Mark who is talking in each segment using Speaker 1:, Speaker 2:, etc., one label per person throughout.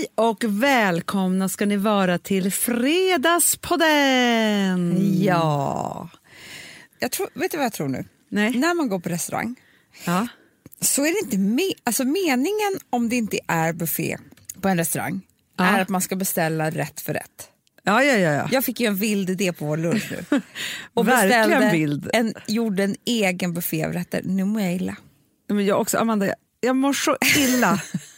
Speaker 1: Hej och välkomna ska ni vara till Fredagspodden.
Speaker 2: Ja. Vet du vad jag tror nu?
Speaker 1: Nej.
Speaker 2: När man går på restaurang så är det inte meningen, om det inte är buffé på en restaurang, är att man ska beställa rätt för rätt.
Speaker 1: Ja.
Speaker 2: Jag fick ju en vild idé på vår lunch nu. Och
Speaker 1: Verkligen vild.
Speaker 2: Gjorde en egen buffé av rätter. Nu mår jag illa.
Speaker 1: Men jag också, Amanda, jag mår så illa.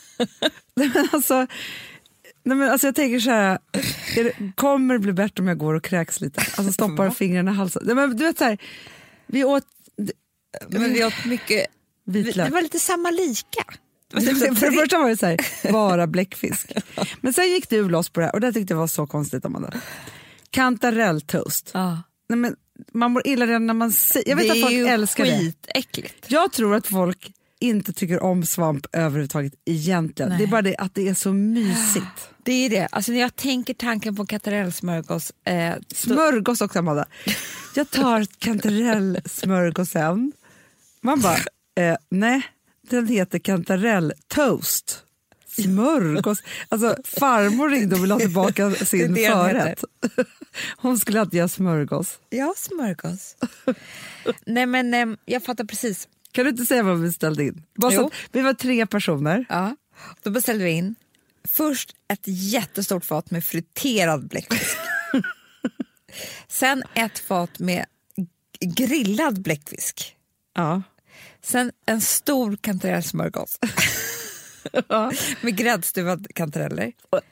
Speaker 1: Alltså jag tänker så här, kommer det bli bättre om jag går och kräks lite? Alltså stoppar fingrarna i halsen. Men du vet så här, vi åt
Speaker 2: mycket vitlök. Det var lite samma lika.
Speaker 1: För det första var det så här, bara bläckfisk. Men sen gick du loss på det här och det tyckte jag var så konstigt, Amanda. Kantarelltoast. Nej, men man mår illa redan när man säger. Jag vet att folk älskar det. Det är ju
Speaker 2: skitäckligt.
Speaker 1: Jag tror att folk inte tycker om svamp överhuvudtaget egentligen. Nej. Det är bara det att det är så mysigt.
Speaker 2: Det är det. Alltså när jag tänker tanken på kantarellsmörgås.
Speaker 1: Smörgås också, Amanda. Jag tar kantarellsmörgåsen. Man bara, nej, den heter kantarelltoast. Smörgås. Alltså farmor ringde och ville ha tillbaka sin förrätt. Hon skulle alltid göra smörgås.
Speaker 2: Ja, smörgås. Nej men jag fattar precis.
Speaker 1: Kan du inte säga vad vi beställde in? Så vi var 3 personer.
Speaker 2: Ja, då beställde vi in först ett jättestort fat med friterad bläckfisk. Sen ett fat med grillad bläckfisk.
Speaker 1: Ja.
Speaker 2: Sen en stor kantarellsmörgås. Med gräddstuvad kantareller.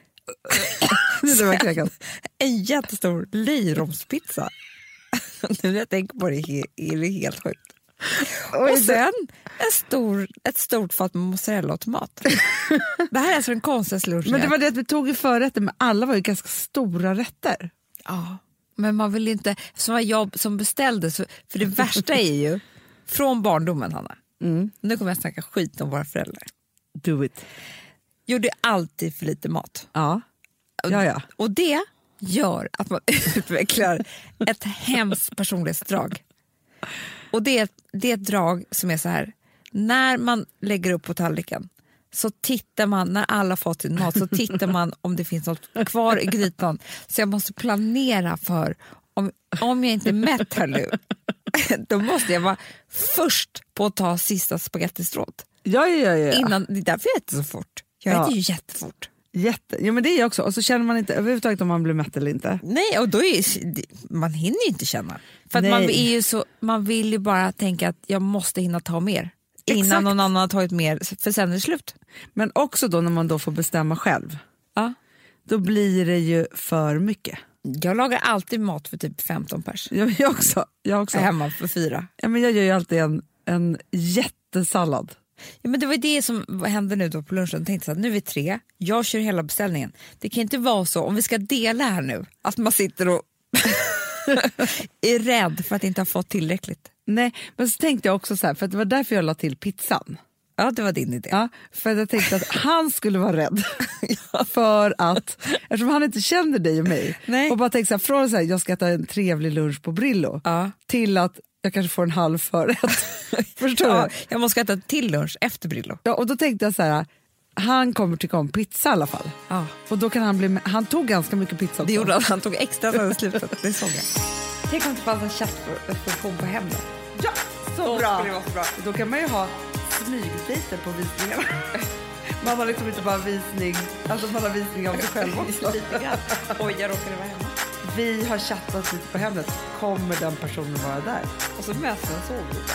Speaker 2: En jättestor lyromspizza. Nu när jag tänker på det är det helt sjukt. Och sen ett stort fat med mozzarella och tomat. Det här är alltså en konstig lunch.
Speaker 1: Men det var det att vi tog i förrätten, men alla var ju ganska stora rätter.
Speaker 2: Ja, men man vill inte, som var jag som beställde, för det värsta är ju från barndomen, Hanna. Nu kommer jag snacka skit om våra föräldrar.
Speaker 1: Do it.
Speaker 2: Gjorde alltid för lite mat.
Speaker 1: Ja.
Speaker 2: Och det gör att man utvecklar ett hemskt personlighetsdrag. Och det är ett drag som är så här: när man lägger upp på tallriken så tittar man, när alla fått sin mat, så tittar man om det finns något kvar i grytan. Så jag måste planera för om jag inte är mätt här nu, då måste jag vara först på att ta sista spagettistrået.
Speaker 1: Ja.
Speaker 2: Innan, det är därför jag äter så fort. Jag äter ju jättefort.
Speaker 1: Ja, men det är också. Och så känner man inte överhuvudtaget om man blir mätt eller inte.
Speaker 2: Nej, och då man hinner ju inte känna. För att man vill ju bara tänka att jag måste hinna ta mer. Innan
Speaker 1: Exakt.
Speaker 2: någon annan har tagit mer, för sen är det slut.
Speaker 1: Men också då när man då får bestämma själv.
Speaker 2: Ja.
Speaker 1: Då blir det ju för mycket.
Speaker 2: Jag lagar alltid mat för typ 15 pers.
Speaker 1: Ja, jag också.
Speaker 2: Jag är hemma för 4.
Speaker 1: Ja, men jag gör ju alltid en jättesallad.
Speaker 2: Ja, men det var det som hände nu då på lunchen. Jag tänkte så här, nu är vi 3, jag kör hela beställningen. Det kan inte vara så, om vi ska dela här nu, att man sitter och är rädd för att inte ha fått tillräckligt.
Speaker 1: Nej, men så tänkte jag också så här, för att det var därför jag la till pizzan.
Speaker 2: Ja, det var din idé.
Speaker 1: Ja, för att jag tänkte att han skulle vara rädd. För att, eftersom han inte känner dig och mig.
Speaker 2: Nej.
Speaker 1: Och bara tänkte så här, från så här, jag ska äta en trevlig lunch på Brillo. Till att jag kanske får en halv förrätt. Förstår du?
Speaker 2: Jag måste äta till lunch efter Brillo.
Speaker 1: Ja, och då tänkte jag så här, han kommer tycka om pizza i alla fall.
Speaker 2: Ja.
Speaker 1: Och då kan han tog ganska mycket pizza också.
Speaker 2: Det gjorde han tog extra sen slutet. Det såg jag. Tänk om det fanns en chattfunktion på hem då.
Speaker 1: Ja, så bra.
Speaker 2: Det var så bra.
Speaker 1: Då kan man ju ha smygdejter på visningarna. Man har liksom inte bara visning, alltså man har visning av sig själv också.
Speaker 2: Oj, jag råkade vara hemma.
Speaker 1: Vi har chattat lite på Hemnet. Kommer den personen vara där?
Speaker 2: Och så möts en sovgrupp.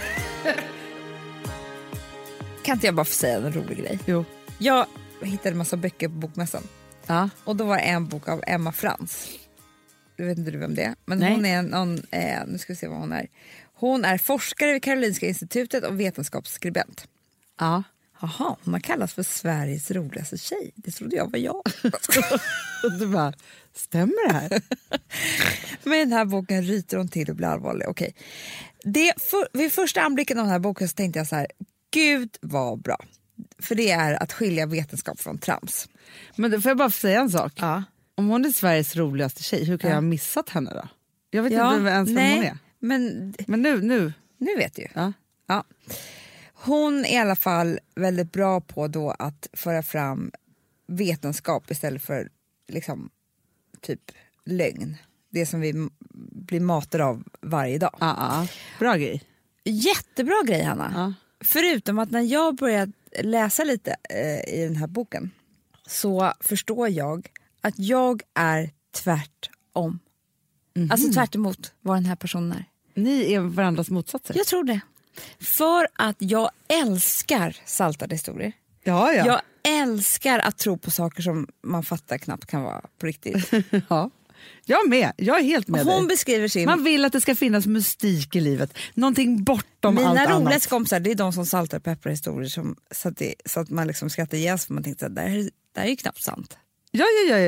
Speaker 2: Kan inte jag bara få säga en rolig grej?
Speaker 1: Jo.
Speaker 2: Jag hittade en massa böcker på bokmässan.
Speaker 1: Ja.
Speaker 2: Och då var det en bok av Emma Frans. Du vet inte vem det är. Men
Speaker 1: Nej.
Speaker 2: hon är nu ska vi se vad hon är. Hon är forskare vid Karolinska institutet och vetenskapsskribent.
Speaker 1: Ja.
Speaker 2: Jaha, hon har kallats för Sveriges roligaste tjej. Det trodde jag var jag.
Speaker 1: Du bara, stämmer det här?
Speaker 2: Men den här boken ryter hon till och blir allvarlig. Okej. Vid första anblicken av den här boken så tänkte jag så här, gud vad bra. För det är att skilja vetenskap från trams.
Speaker 1: Men då får jag bara säga en sak.
Speaker 2: Ja.
Speaker 1: Om hon är Sveriges roligaste tjej, hur kan jag ha missat henne då? Jag vet inte ens vem hon är. Men
Speaker 2: nu vet du ju.
Speaker 1: Ja.
Speaker 2: Hon är i alla fall väldigt bra på då att föra fram vetenskap istället för liksom typ lögn. Det som vi blir matade av varje dag.
Speaker 1: Bra grej.
Speaker 2: Jättebra grej, Hanna. Förutom att när jag började läsa lite i den här boken så förstår jag att jag är tvärtom. Alltså tvärt emot vad den här personen är.
Speaker 1: Ni är varandras motsatser.
Speaker 2: Jag tror det. För att jag älskar saltade historier.
Speaker 1: Ja.
Speaker 2: Jag älskar att tro på saker som man fattar knappt kan vara på riktigt.
Speaker 1: Ja. Jag med. Jag är helt med
Speaker 2: Hon
Speaker 1: dig.
Speaker 2: beskriver sin...
Speaker 1: Man vill att det ska finnas mystik i livet. Någonting bortom allt annat.
Speaker 2: Mina roligaste kompisar, det är de som saltar och pepprar historier som, så att man liksom skrattar ihjäl för man tänkte att det här är ju knappt sant.
Speaker 1: Ja.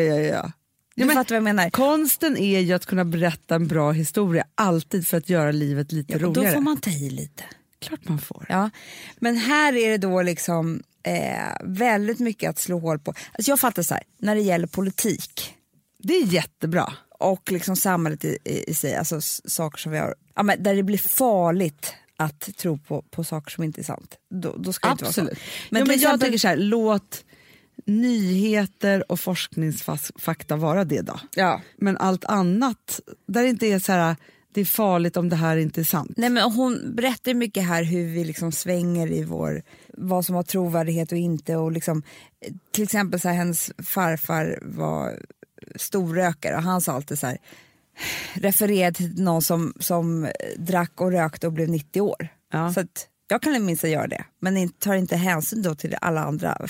Speaker 2: Du fattar vad jag menar.
Speaker 1: Konsten är ju att kunna berätta en bra historia alltid för att göra livet lite roligare.
Speaker 2: Då får man ta i lite.
Speaker 1: Klart man får.
Speaker 2: Ja. Men här är det då liksom väldigt mycket att slå hål på. Alltså jag fattar så här, när det gäller politik.
Speaker 1: Det är jättebra.
Speaker 2: Och liksom samhället i sig, alltså saker som vi har, ja, men där det blir farligt att tro på saker som inte är sant. Då ska det inte vara så.
Speaker 1: Men jag tänker så här, låt nyheter och forskningsfakta vara det då.
Speaker 2: Ja.
Speaker 1: Men allt annat, där det inte är så här, det är farligt om det här inte är sant.
Speaker 2: Nej, men hon berättar mycket här hur vi liksom svänger i vad som har trovärdighet och inte. Och liksom, till exempel så här, hennes farfar var storrökare och han sa alltid så här, refererade till någon som drack och rökte och blev 90 år.
Speaker 1: Ja.
Speaker 2: Så att jag kan minst göra det, men tar inte hänsyn då till alla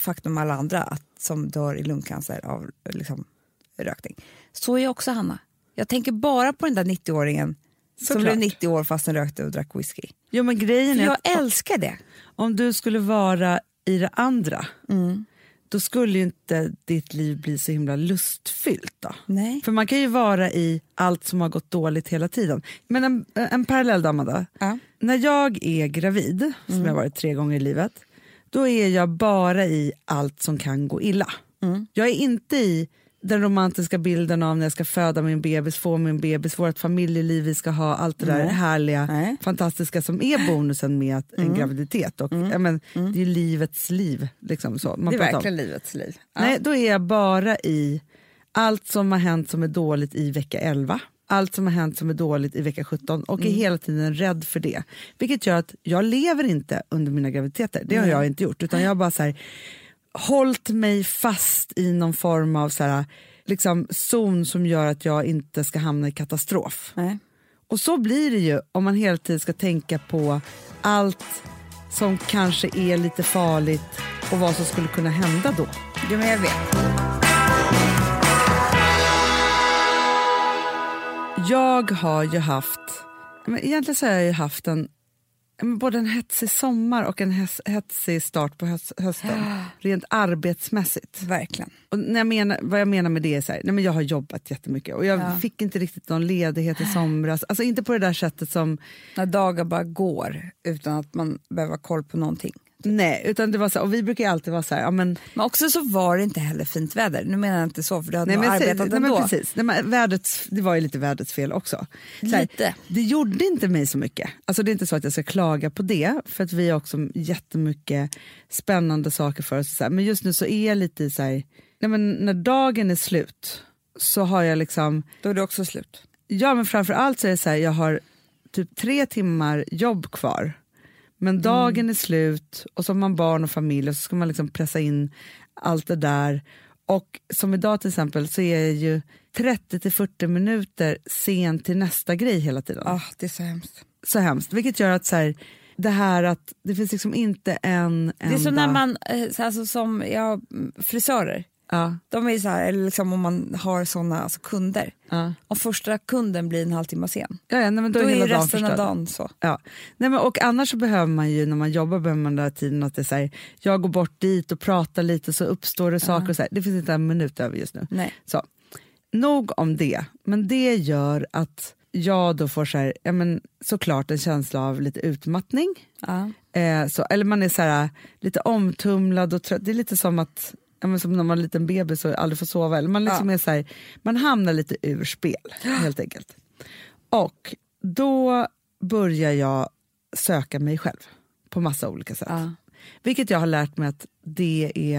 Speaker 2: andra som dör i lungcancer av liksom, rökning. Så är också Hanna. Jag tänker bara på den där 90-åringen som blev 90 år fast den rökte och drack whisky.
Speaker 1: Jo, men grejen är
Speaker 2: jag älskar det.
Speaker 1: Om du skulle vara i det andra, då skulle ju inte ditt liv bli så himla lustfyllt då.
Speaker 2: Nej.
Speaker 1: För man kan ju vara i allt som har gått dåligt hela tiden. Men en parallell, Amanda.
Speaker 2: Ja.
Speaker 1: När jag är gravid, som jag har varit 3 gånger i livet, då är jag bara i allt som kan gå illa. Jag är inte i den romantiska bilden av när jag ska föda min bebis, få min bebis, vårt familjeliv, vi ska ha allt det där härliga, fantastiska som är bonusen med en graviditet. Och, det är livets liv. Liksom, så.
Speaker 2: Det är verkligen livets liv. Ja.
Speaker 1: Nej, då är jag bara i allt som har hänt som är dåligt i vecka 11. Allt som har hänt som är dåligt i vecka 17 och är hela tiden rädd för det. Vilket gör att jag lever inte under mina graviditeter. Det har jag inte gjort, utan jag har bara så här, hållit mig fast i någon form av så här, liksom, zon som gör att jag inte ska hamna i katastrof.
Speaker 2: Nej.
Speaker 1: Och så blir det ju om man hela tiden ska tänka på allt som kanske är lite farligt och vad som skulle kunna hända då.
Speaker 2: Ja, men jag vet.
Speaker 1: Jag har ju haft, egentligen så har jag ju haft både en hetsig sommar och en hetsig start på hösten. Rent arbetsmässigt.
Speaker 2: Verkligen.
Speaker 1: Och vad jag menar med det är så här, men jag har jobbat jättemycket och jag fick inte riktigt någon ledighet i somras. Alltså inte på det där sättet som...
Speaker 2: När dagar bara går utan att man behöver ha koll på någonting.
Speaker 1: Nej, utan det var så, och vi brukar ju alltid vara så här, men
Speaker 2: också så var det inte heller fint väder. Nu menar jag inte så, för du hade arbetat ändå.
Speaker 1: Men precis. Det var ju lite vädrets fel också.
Speaker 2: Lite.
Speaker 1: Det gjorde inte mig så mycket. Alltså det är inte så att jag ska klaga på det, för att vi har också jättemycket spännande saker för oss. Så här. Men just nu så är jag lite så här, när dagen är slut så har jag liksom...
Speaker 2: Då är det också slut.
Speaker 1: Ja, men framförallt så är det så här, jag har typ 3 timmar jobb kvar. Men dagen är slut och så har man barn och familj och så ska man liksom pressa in allt det där. Och som idag till exempel så är jag ju 30-40 minuter sen till nästa grej hela tiden.
Speaker 2: Det är så hemskt.
Speaker 1: Så hemskt, vilket gör att så här, det här att det finns liksom inte en enda...
Speaker 2: Det är så när man, alltså som frisörer.
Speaker 1: Ja.
Speaker 2: De är så här, eller liksom om man har såna alltså kunder. Om första kunden blir en halvtimme sen.
Speaker 1: Men då
Speaker 2: är
Speaker 1: hela
Speaker 2: resten
Speaker 1: dagen
Speaker 2: av dagen så.
Speaker 1: Ja. Nej, men, och annars så behöver man ju, när man jobbar behöver man den där tiden att det är så här, jag går bort dit och pratar lite så uppstår det saker och så här. Det finns inte en minut över just nu.
Speaker 2: Nej.
Speaker 1: Så, nog om det. Men det gör att jag då får så här, såklart en känsla av lite utmattning. Eller man är så här, lite omtumlad och trött. Det är lite som att som när man är en liten bebis och aldrig får sova. Eller man, liksom är så här, man hamnar lite ur spel, helt enkelt. Och då börjar jag söka mig själv på massa olika sätt. Vilket jag har lärt mig att det är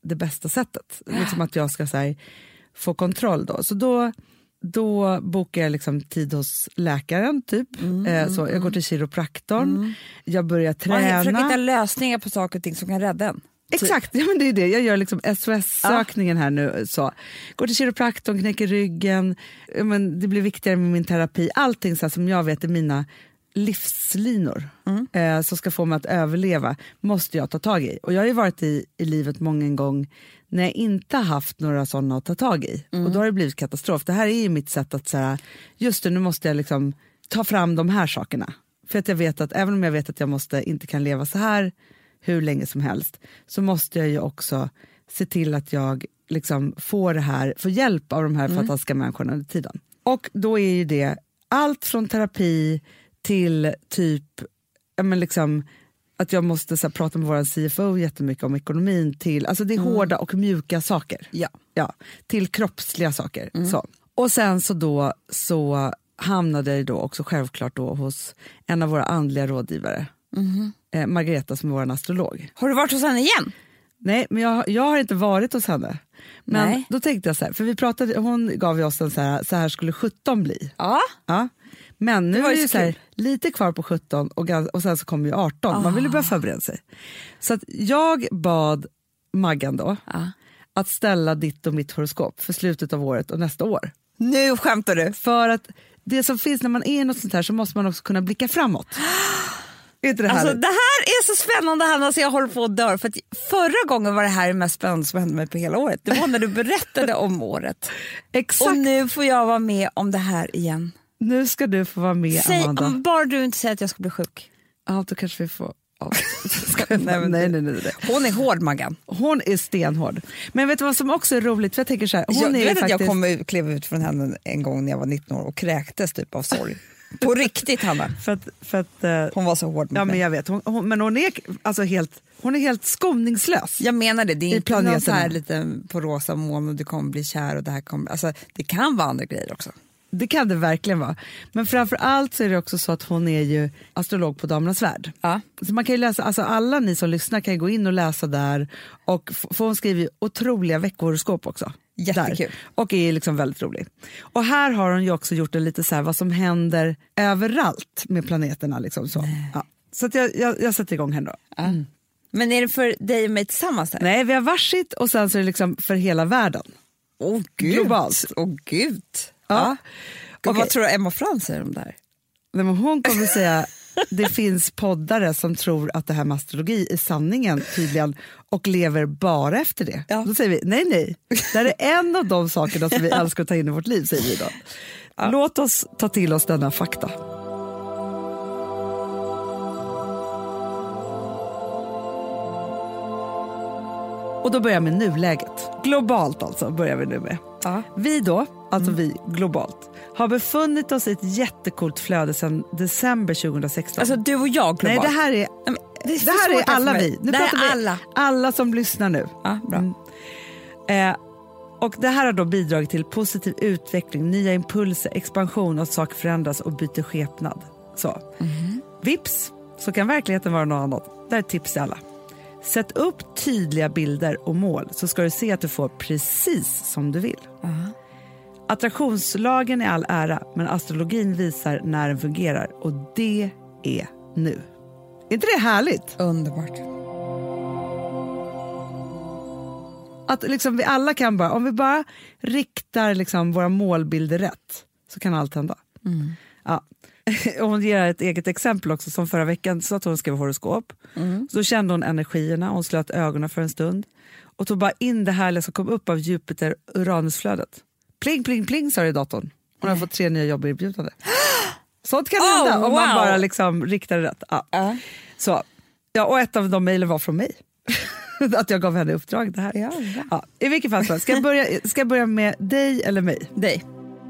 Speaker 1: det bästa sättet. Liksom att jag ska så här, få kontroll då. Så då bokar jag liksom tid hos läkaren typ. Så jag går till kiropraktorn. Jag börjar träna.
Speaker 2: Och försöker hitta lösningar på saker och ting som kan rädda en.
Speaker 1: Exakt, ja, men det är det. Jag gör liksom SOS-sökningen här nu. Så. Går till kiropraktorn, knäcker ryggen. Ja, men det blir viktigare med min terapi. Allting så här, som jag vet är mina livslinor som ska få mig att överleva måste jag ta tag i. Och jag har ju varit i livet många gånger när jag inte har haft några sådana att ta tag i. Och då har det blivit katastrof. Det här är ju mitt sätt att säga, just det, nu måste jag liksom ta fram de här sakerna. För att jag vet att även om jag vet att jag inte kan leva så här hur länge som helst, så måste jag ju också se till att jag liksom får hjälp av de här fantastiska människorna under tiden. Och då är ju det allt från terapi till typ liksom, att jag måste så här, prata med vår CFO jättemycket om ekonomin, till, alltså det är hårda och mjuka saker. Ja, till kroppsliga saker. Så. Och sen så hamnade jag då också självklart då hos en av våra andliga rådgivare. Margareta som är vår astrolog.
Speaker 2: Har du varit hos henne igen?
Speaker 1: Nej, men jag har inte varit hos henne. Men då tänkte jag så här, för vi pratade, hon gav ju oss en så här skulle 17 bli. Ja. Men nu är det ju så här, lite kvar på 17 och sen så kommer ju 18. Man vill ju börja förbereda sig. Så att jag bad Maggan då att ställa ditt och mitt horoskop för slutet av året och nästa år.
Speaker 2: Nu skämtar du.
Speaker 1: För att det som finns när man är i något sånt här så måste man också kunna blicka framåt. Inte det,
Speaker 2: alltså, det här är så spännande, Hanna, så jag håller på att dö. För att förra gången var det här det mest spännande som hände mig på hela året. Det var när du berättade om året.
Speaker 1: Exakt.
Speaker 2: Och nu får jag vara med om det här igen.
Speaker 1: Nu ska du få vara med, Amanda.
Speaker 2: Bara du inte säger att jag ska bli sjuk.
Speaker 1: Ja, då kanske vi får...
Speaker 2: nej. Hon är hård, Maggan.
Speaker 1: Hon är stenhård. Men vet du vad som också är roligt? För jag tänker så här,
Speaker 2: jag vet att jag klev ut från henne en gång när jag var 19 år och kräktes typ av sorg. På riktigt, Hanna.
Speaker 1: För att,
Speaker 2: hon var så hård med mig.
Speaker 1: Men jag vet. Men hon är alltså helt skoningslös.
Speaker 2: Jag menar det. Det är inte någon så här lite på rosa moln och du kommer bli kär och det här kommer... Alltså, det kan vara andra grejer också.
Speaker 1: Det kan det verkligen vara. Men framför allt så är det också så att hon är ju astrolog på Damernas Värld.
Speaker 2: Ja.
Speaker 1: Så man kan ju läsa, alltså alla ni som lyssnar kan gå in och läsa där. Och hon skriver ju otroliga veckohoroskop också.
Speaker 2: Jättekul.
Speaker 1: Där. Och är liksom väldigt rolig. Och här har hon ju också gjort en lite så här vad som händer överallt med planeterna. Liksom så. Ja. Så att jag sätter igång henne då.
Speaker 2: Mm. Men är det för dig och mig tillsammans? Här?
Speaker 1: Nej, vi har varsitt och sen så är det liksom för hela världen. Globalt.
Speaker 2: Gud.
Speaker 1: Ja.
Speaker 2: Och vad tror du Emma Frans säger om det här?
Speaker 1: Nej, men hon kommer säga det finns poddare som tror att det här med astrologi är sanningen tydligen och lever bara efter det. Ja. Då säger vi nej. Det här är en av de sakerna som vi älskar att ta in i vårt liv, säger vi då. Ja. Låt oss ta till oss denna fakta. Och då börjar jag med nuläget. Globalt alltså börjar vi nu med. Ja. Vi då, alltså vi globalt, har befunnit oss i ett jättekult flöde sedan december 2016.
Speaker 2: Alltså du och jag globalt?
Speaker 1: Nej, det här är alla vi. Nu
Speaker 2: det
Speaker 1: pratar
Speaker 2: är
Speaker 1: alla som lyssnar nu.
Speaker 2: Ja, bra.
Speaker 1: Och det här har då bidragit till positiv utveckling, nya impulser, expansion, att saker förändras och byter skepnad. Så. Vips, så kan verkligheten vara något annat. Det är ett tips till alla. Sätt upp tydliga bilder och mål så ska du se att du får precis som du vill. Attraktionslagen är all ära, men astrologin visar när den fungerar och det är nu. Är inte det härligt?
Speaker 2: Underbart.
Speaker 1: Att liksom vi alla kan bara, om vi bara riktar liksom våra målbilder rätt så kan allt hända. Ja. Och hon ger ett eget exempel också, som förra veckan så att hon skrev horoskop. Så då kände hon energierna, hon slöt ögonen för en stund och tog bara in det härliga som kom upp av Jupiter-Uranusflödet. Pling, pling, pling, sa det i datorn. Hon har fått 3 nya jobb erbjudande. Sånt kan hända om man bara liksom riktar det rätt. Ja. Så. Ja, och ett av de mejlen var från mig. Att jag gav henne uppdrag det här. Ja, i vilket fall så. Ska jag börja med dig eller mig?
Speaker 2: Dig.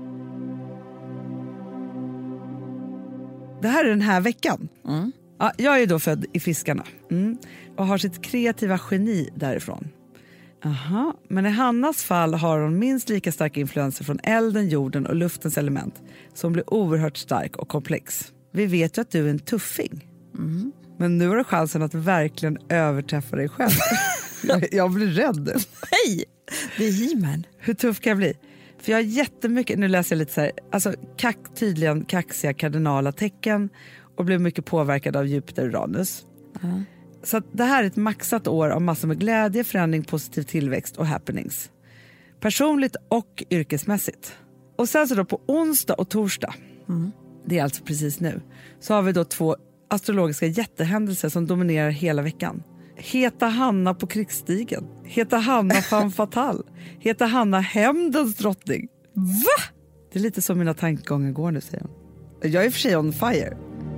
Speaker 1: Det här är den här veckan. Ja, jag är då född i Fiskarna och har sitt kreativa geni därifrån. Aha. Men i Hannas fall har hon minst lika starka influenser från elden, jorden och luftens element som blir oerhört stark och komplex. Vi vet ju att du är en tuffing. Men nu har du chansen att verkligen överträffa dig själv. Jag blir rädd.
Speaker 2: Hej! Det är He-Man.
Speaker 1: Hur tuff kan jag bli? För jag har jättemycket, nu läser jag lite så här, alltså tydligen kaxiga kardinala tecken och blev mycket påverkad av Jupiter och Uranus. Så att det här är ett maxat år av massor med glädje, förändring, positiv tillväxt och happenings. Personligt och yrkesmässigt. Och sen så då på onsdag och torsdag, det är alltså precis nu, så har vi då 2 astrologiska jättehändelser som dominerar hela veckan. Heta Hanna på krigsstigen. Heta Hanna femme fatale. Heta Hanna hämndens drottning. Va? Det är lite som mina tankegångar går nu, säger hon. Jag är för sig on fire.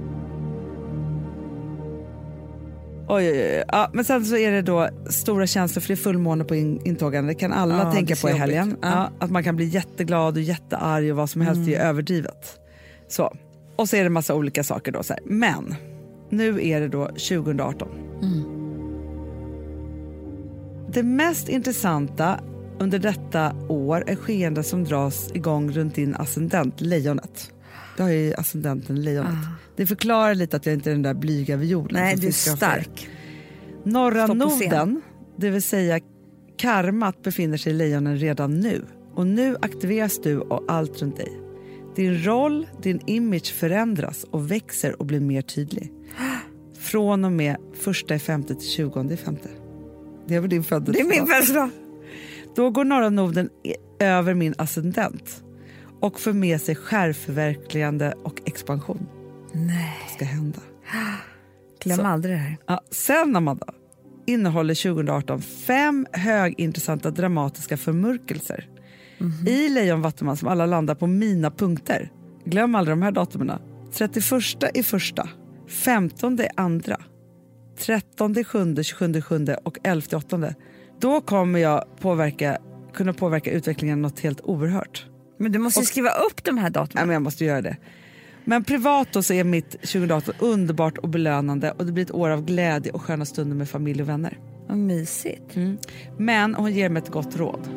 Speaker 1: Oj. Ja, men sen så är det då stora känslor, för det är fullmåne på intågande. Det kan alla tänka på i helgen. Ja, att man kan bli jätteglad och jättearg och vad som helst är överdrivet. Så. Och så är det massa olika saker då. Så här. Men nu är det då 2018. Det mest intressanta under detta år är skeenden som dras igång runt din ascendent, lejonet. Du har ju ascendenten lejonet. Det förklarar lite att jag inte är den där blyga violen.
Speaker 2: Nej, du är stark.
Speaker 1: Norra noden, det vill säga karmat, befinner sig i lejonen redan nu. Och nu aktiveras du och allt runt dig. Din roll, din image förändras och växer och blir mer tydlig. Från och med 1/5 till 20/5. Det är väl din födelsedag.
Speaker 2: Det är min födelsedag.
Speaker 1: Då går norra noden över min ascendent och för med sig självförverkligande och expansion.
Speaker 2: Nej.
Speaker 1: Vad ska hända?
Speaker 2: Glöm aldrig det här.
Speaker 1: Ja, sen, Amanda, innehåller 2018 5 högintressanta dramatiska förmörkelser. I Lejon Vattuman som alla landar på mina punkter. Glöm aldrig de här datumerna. 31 i första, 15 i andra, 13 i sjunde, 27 sjunde och 11 i åttonde. Då kommer jag kunna påverka utvecklingen något helt oerhört.
Speaker 2: Men du måste skriva upp de här datumen.
Speaker 1: Ja, men jag måste göra det. Men privat då så är mitt 2018 underbart och belönande och det blir ett år av glädje och sköna stunder med familj och vänner.
Speaker 2: Vad mysigt.
Speaker 1: Men hon ger mig ett gott råd.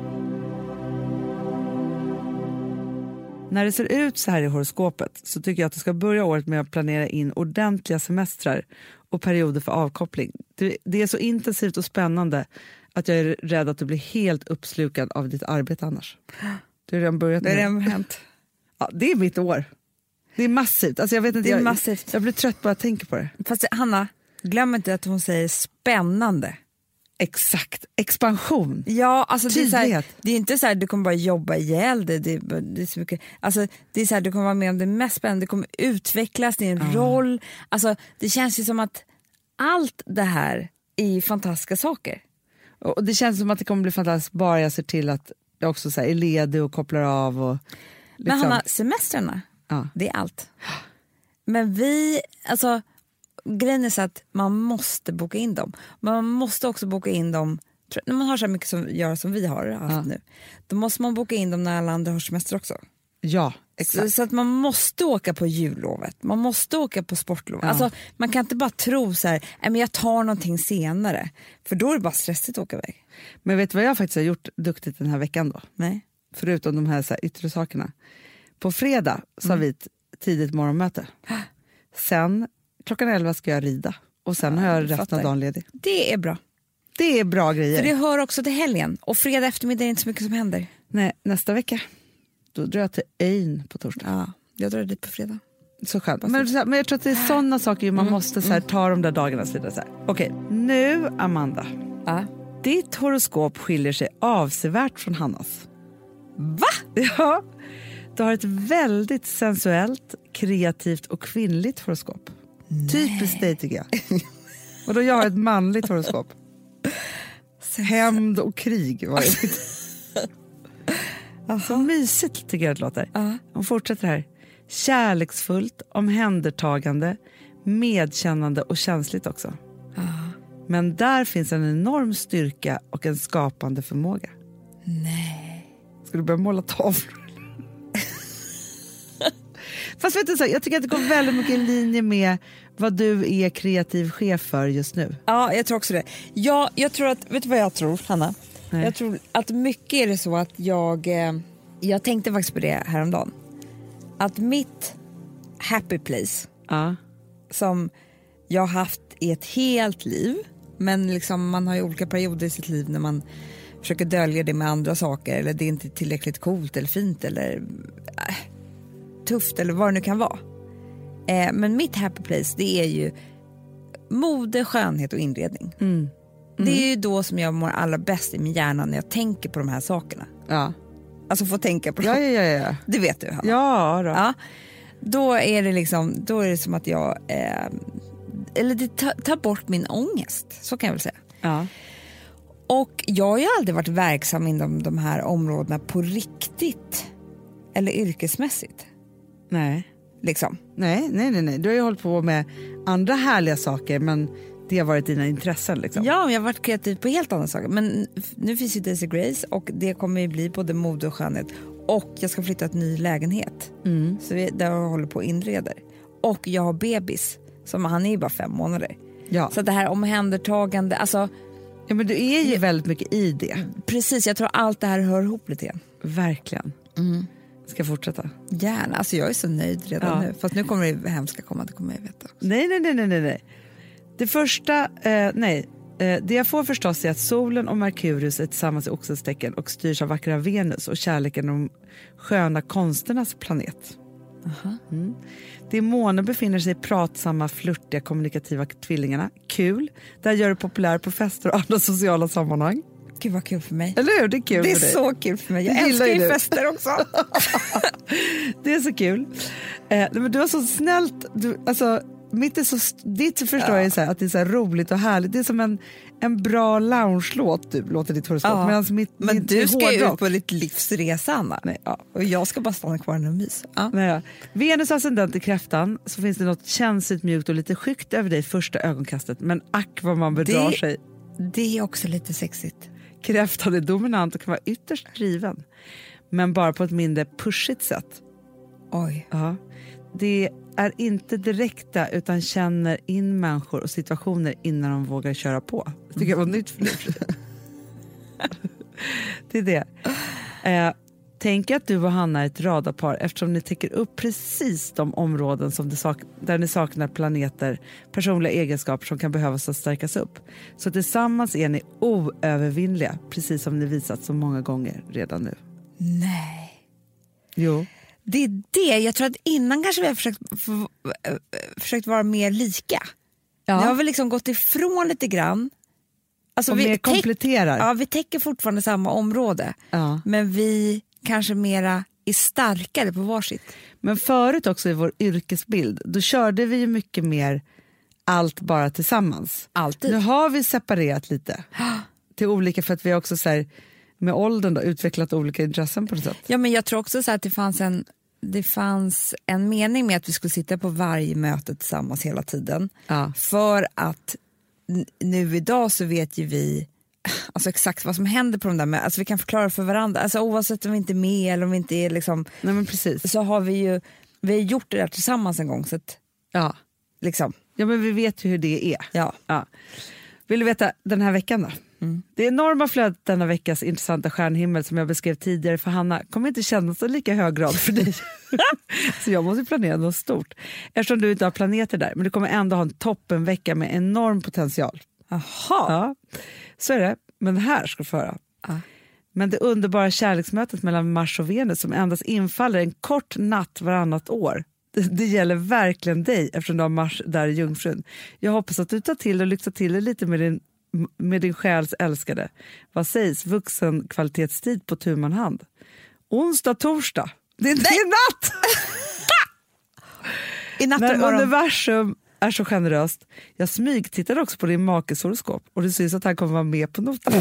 Speaker 1: När det ser ut så här i horoskopet så tycker jag att du ska börja året med att planera in ordentliga semestrar och perioder för avkoppling. Det är så intensivt och spännande att jag är rädd att du blir helt uppslukad av ditt arbete annars. Du har redan börjat.
Speaker 2: Det är redan hänt.
Speaker 1: Ja, det är mitt år. Det är massivt. Alltså jag vet inte,
Speaker 2: det är massivt.
Speaker 1: Jag blir trött bara att tänka på det.
Speaker 2: Fast Hanna, glöm inte att hon säger spännande.
Speaker 1: Exakt, expansion.
Speaker 2: Ja, alltså det är inte så här du kommer bara jobba ihjäl det är så mycket. Alltså det är så här du kommer vara med om det mest spännande, det kommer utvecklas, det är en roll. Alltså det känns ju som att allt det här är fantastiska saker.
Speaker 1: Och det känns som att det kommer bli fantastiskt bara jag ser till att jag också så här är ledig och kopplar av och liksom.
Speaker 2: Men Hanna, semestrarna, det är allt. Men grejen är så att man måste boka in dem. Man måste också boka in dem när man har så mycket som gör som vi har haft nu. Då måste man boka in dem när alla andra har semester också.
Speaker 1: Ja, exakt.
Speaker 2: Så att man måste åka på jullovet. Man måste åka på sportlovet. Alltså, man kan inte bara tro så här, men jag tar någonting senare. För då är det bara stressigt att åka iväg.
Speaker 1: Men vet du vad jag faktiskt har gjort duktigt den här veckan då?
Speaker 2: Nej.
Speaker 1: Förutom de här, så här yttre sakerna. På fredag så har vi ett tidigt morgonmöte. Sen klockan 11 ska jag rida. Och sen har jag resten av dagen ledig.
Speaker 2: Det är bra.
Speaker 1: Det är bra grejer.
Speaker 2: För det hör också till helgen. Och fredag eftermiddag är inte så mycket som händer.
Speaker 1: Nej, nästa vecka. Då drar jag till Öjn på torsdag.
Speaker 2: Ja, jag drar dit på fredag.
Speaker 1: Så skönt. Men jag tror att det är sådana saker man måste så här, ta de där dagarna och så vidare. Okej, nu Amanda. Ditt horoskop skiljer sig avsevärt från Hannas.
Speaker 2: Va?
Speaker 1: Ja, du har ett väldigt sensuellt, kreativt och kvinnligt horoskop. Typiskt dig tycker jag. Och då jag har ett manligt horoskop. Hämnd och krig var det. Så mysigt tycker jag det låter. Hon fortsätter här. Kärleksfullt, omhändertagande, medkännande och känsligt också. Men där finns en enorm styrka och en skapande förmåga.
Speaker 2: Nej.
Speaker 1: Ska du börja måla tavlor? Fast vet du så, jag tycker att det går väldigt mycket i linje med vad du är kreativ chef för just nu.
Speaker 2: Ja, jag tror också det. Jag tror att, vet du vad jag tror, Hanna? Nej. Jag tror att mycket är det så att jag tänkte faktiskt på det häromdagen. Att mitt happy place som jag har haft i ett helt liv, Men liksom, man har ju olika perioder i sitt liv när man försöker dölja det med andra saker, eller det är inte tillräckligt coolt eller fint eller tufft eller vad det nu kan vara. Men mitt happy place, det är ju mode, skönhet och inredning. Det är ju då som jag mår allra bäst i min hjärna när jag tänker på de här sakerna.
Speaker 1: Ja.
Speaker 2: Alltså få tänka på dem.
Speaker 1: Ja.
Speaker 2: Det vet du, Hanna.
Speaker 1: Ja, då.
Speaker 2: Ja. Då är det liksom, då är det som att jag eller det tar bort min ångest, så kan jag väl säga.
Speaker 1: Ja.
Speaker 2: Och jag har ju aldrig varit verksam inom de här områdena på riktigt eller yrkesmässigt.
Speaker 1: Nej.
Speaker 2: Liksom.
Speaker 1: Nej. Du har ju hållit på med andra härliga saker, men det har varit dina intressen liksom.
Speaker 2: Ja, jag har varit kreativ på helt andra saker. Men nu finns ju Daisy Grace och det kommer ju bli både mode och skönhet. Och jag ska flytta ett ny lägenhet. Så där jag håller på och inreder. Och jag har bebis, som han är ju bara 5 månader.
Speaker 1: Ja.
Speaker 2: Så det här omhändertagande, alltså...
Speaker 1: Ja, men du är ju väldigt mycket i det.
Speaker 2: Precis, jag tror allt det här hör ihop lite grann.
Speaker 1: Verkligen. Ska fortsätta?
Speaker 2: Gärna, alltså jag är så nöjd redan nu. Fast nu kommer det hemska komma, det kommer jag veta också.
Speaker 1: Nej. Det första, det jag får förstås är att solen och Merkurius är tillsammans i Oxens tecken och styrs av vackra Venus och kärleken och de sköna konsternas planet. Det månen befinner sig i pratsamma, flirtiga, kommunikativa tvillingarna. Kul. Där gör det populär på fester och andra sociala sammanhang.
Speaker 2: Gud vad kul för mig.
Speaker 1: Eller hur? Det är kul
Speaker 2: det är
Speaker 1: för dig.
Speaker 2: så kul för mig. Jag älskar ju fester också.
Speaker 1: Det är så kul. Men du har så snällt... Ditt förstår jag är så här, att det är så här roligt och härligt. Det är som en bra lounge-låt, låter ditt horoskop.
Speaker 2: Men du ska ju ut på ditt livsresa, Anna.
Speaker 1: Nej,
Speaker 2: och jag ska bara stanna kvar och mys.
Speaker 1: Nej, Venus ascendent i Kräftan, så finns det något känsligt, mjukt och lite skyggt över dig första ögonkastet. Men ack vad man bedrar sig.
Speaker 2: Det är också lite sexigt.
Speaker 1: Kräftan är dominant och kan vara ytterst driven. Men bara på ett mindre pushigt sätt.
Speaker 2: Oj.
Speaker 1: Ja. Det är inte direkta utan känner in människor och situationer innan de vågar köra på. Det tycker jag var nytt för dig. Det är det. Tänk att du och Hanna är ett radarpar eftersom ni täcker upp precis de områden som där ni saknar planeter, personliga egenskaper som kan behövas att stärkas upp. Så tillsammans är ni oövervinnliga, precis som ni visat så många gånger redan nu.
Speaker 2: Nej.
Speaker 1: Jo.
Speaker 2: Det är det. Jag tror att innan kanske vi har försökt vara mer lika. Ja. Nu har vi liksom gått ifrån lite grann. Alltså
Speaker 1: och mer kompletterar.
Speaker 2: Ja, vi täcker fortfarande samma område.
Speaker 1: Ja.
Speaker 2: Men vi kanske mera är starkare på varsitt.
Speaker 1: Men förut också i vår yrkesbild, då körde vi ju mycket mer allt bara tillsammans.
Speaker 2: Alltid.
Speaker 1: Nu har vi separerat lite till olika, för att vi också så här, med åldern då, utvecklat olika intressen på något sätt.
Speaker 2: Ja, men jag tror också så att det fanns en mening med att vi skulle sitta på varje möte tillsammans hela tiden.
Speaker 1: Ja.
Speaker 2: För att nu idag så vet ju vi alltså exakt vad som händer på de där mötena. Alltså vi kan förklara för varandra. Alltså oavsett om vi inte är med eller om vi inte är liksom...
Speaker 1: Nej, men precis.
Speaker 2: Så har vi har gjort det där tillsammans en gång. Så att,
Speaker 1: ja.
Speaker 2: Liksom.
Speaker 1: Ja, men vi vet ju hur det är.
Speaker 2: Ja.
Speaker 1: Vill du veta den här veckan då? Det enorma flödet denna veckas intressanta stjärnhimmel som jag beskrev tidigare för Hanna kommer inte kännas i lika hög grad för dig. Så jag måste planera något stort. Eftersom du inte har planeter där, men du kommer ändå ha en toppenvecka med enorm potential.
Speaker 2: Jaha.
Speaker 1: Ja, så är det. Men det här ska du få höra. Men det underbara kärleksmötet mellan Mars och Venus som endast infaller en kort natt varannat år. Det gäller verkligen dig eftersom du har Mars där i Jungfrun. Jag hoppas att du tar till och lyxar till dig lite med din själs älskade. Vad sägs? Vuxen kvalitetstid på tu man hand. Onsdag, torsdag. Det är natt!
Speaker 2: I natt
Speaker 1: när universum är så generöst. Jag smygtittar också på din makes horoskop och det syns att han kommer vara med på noten.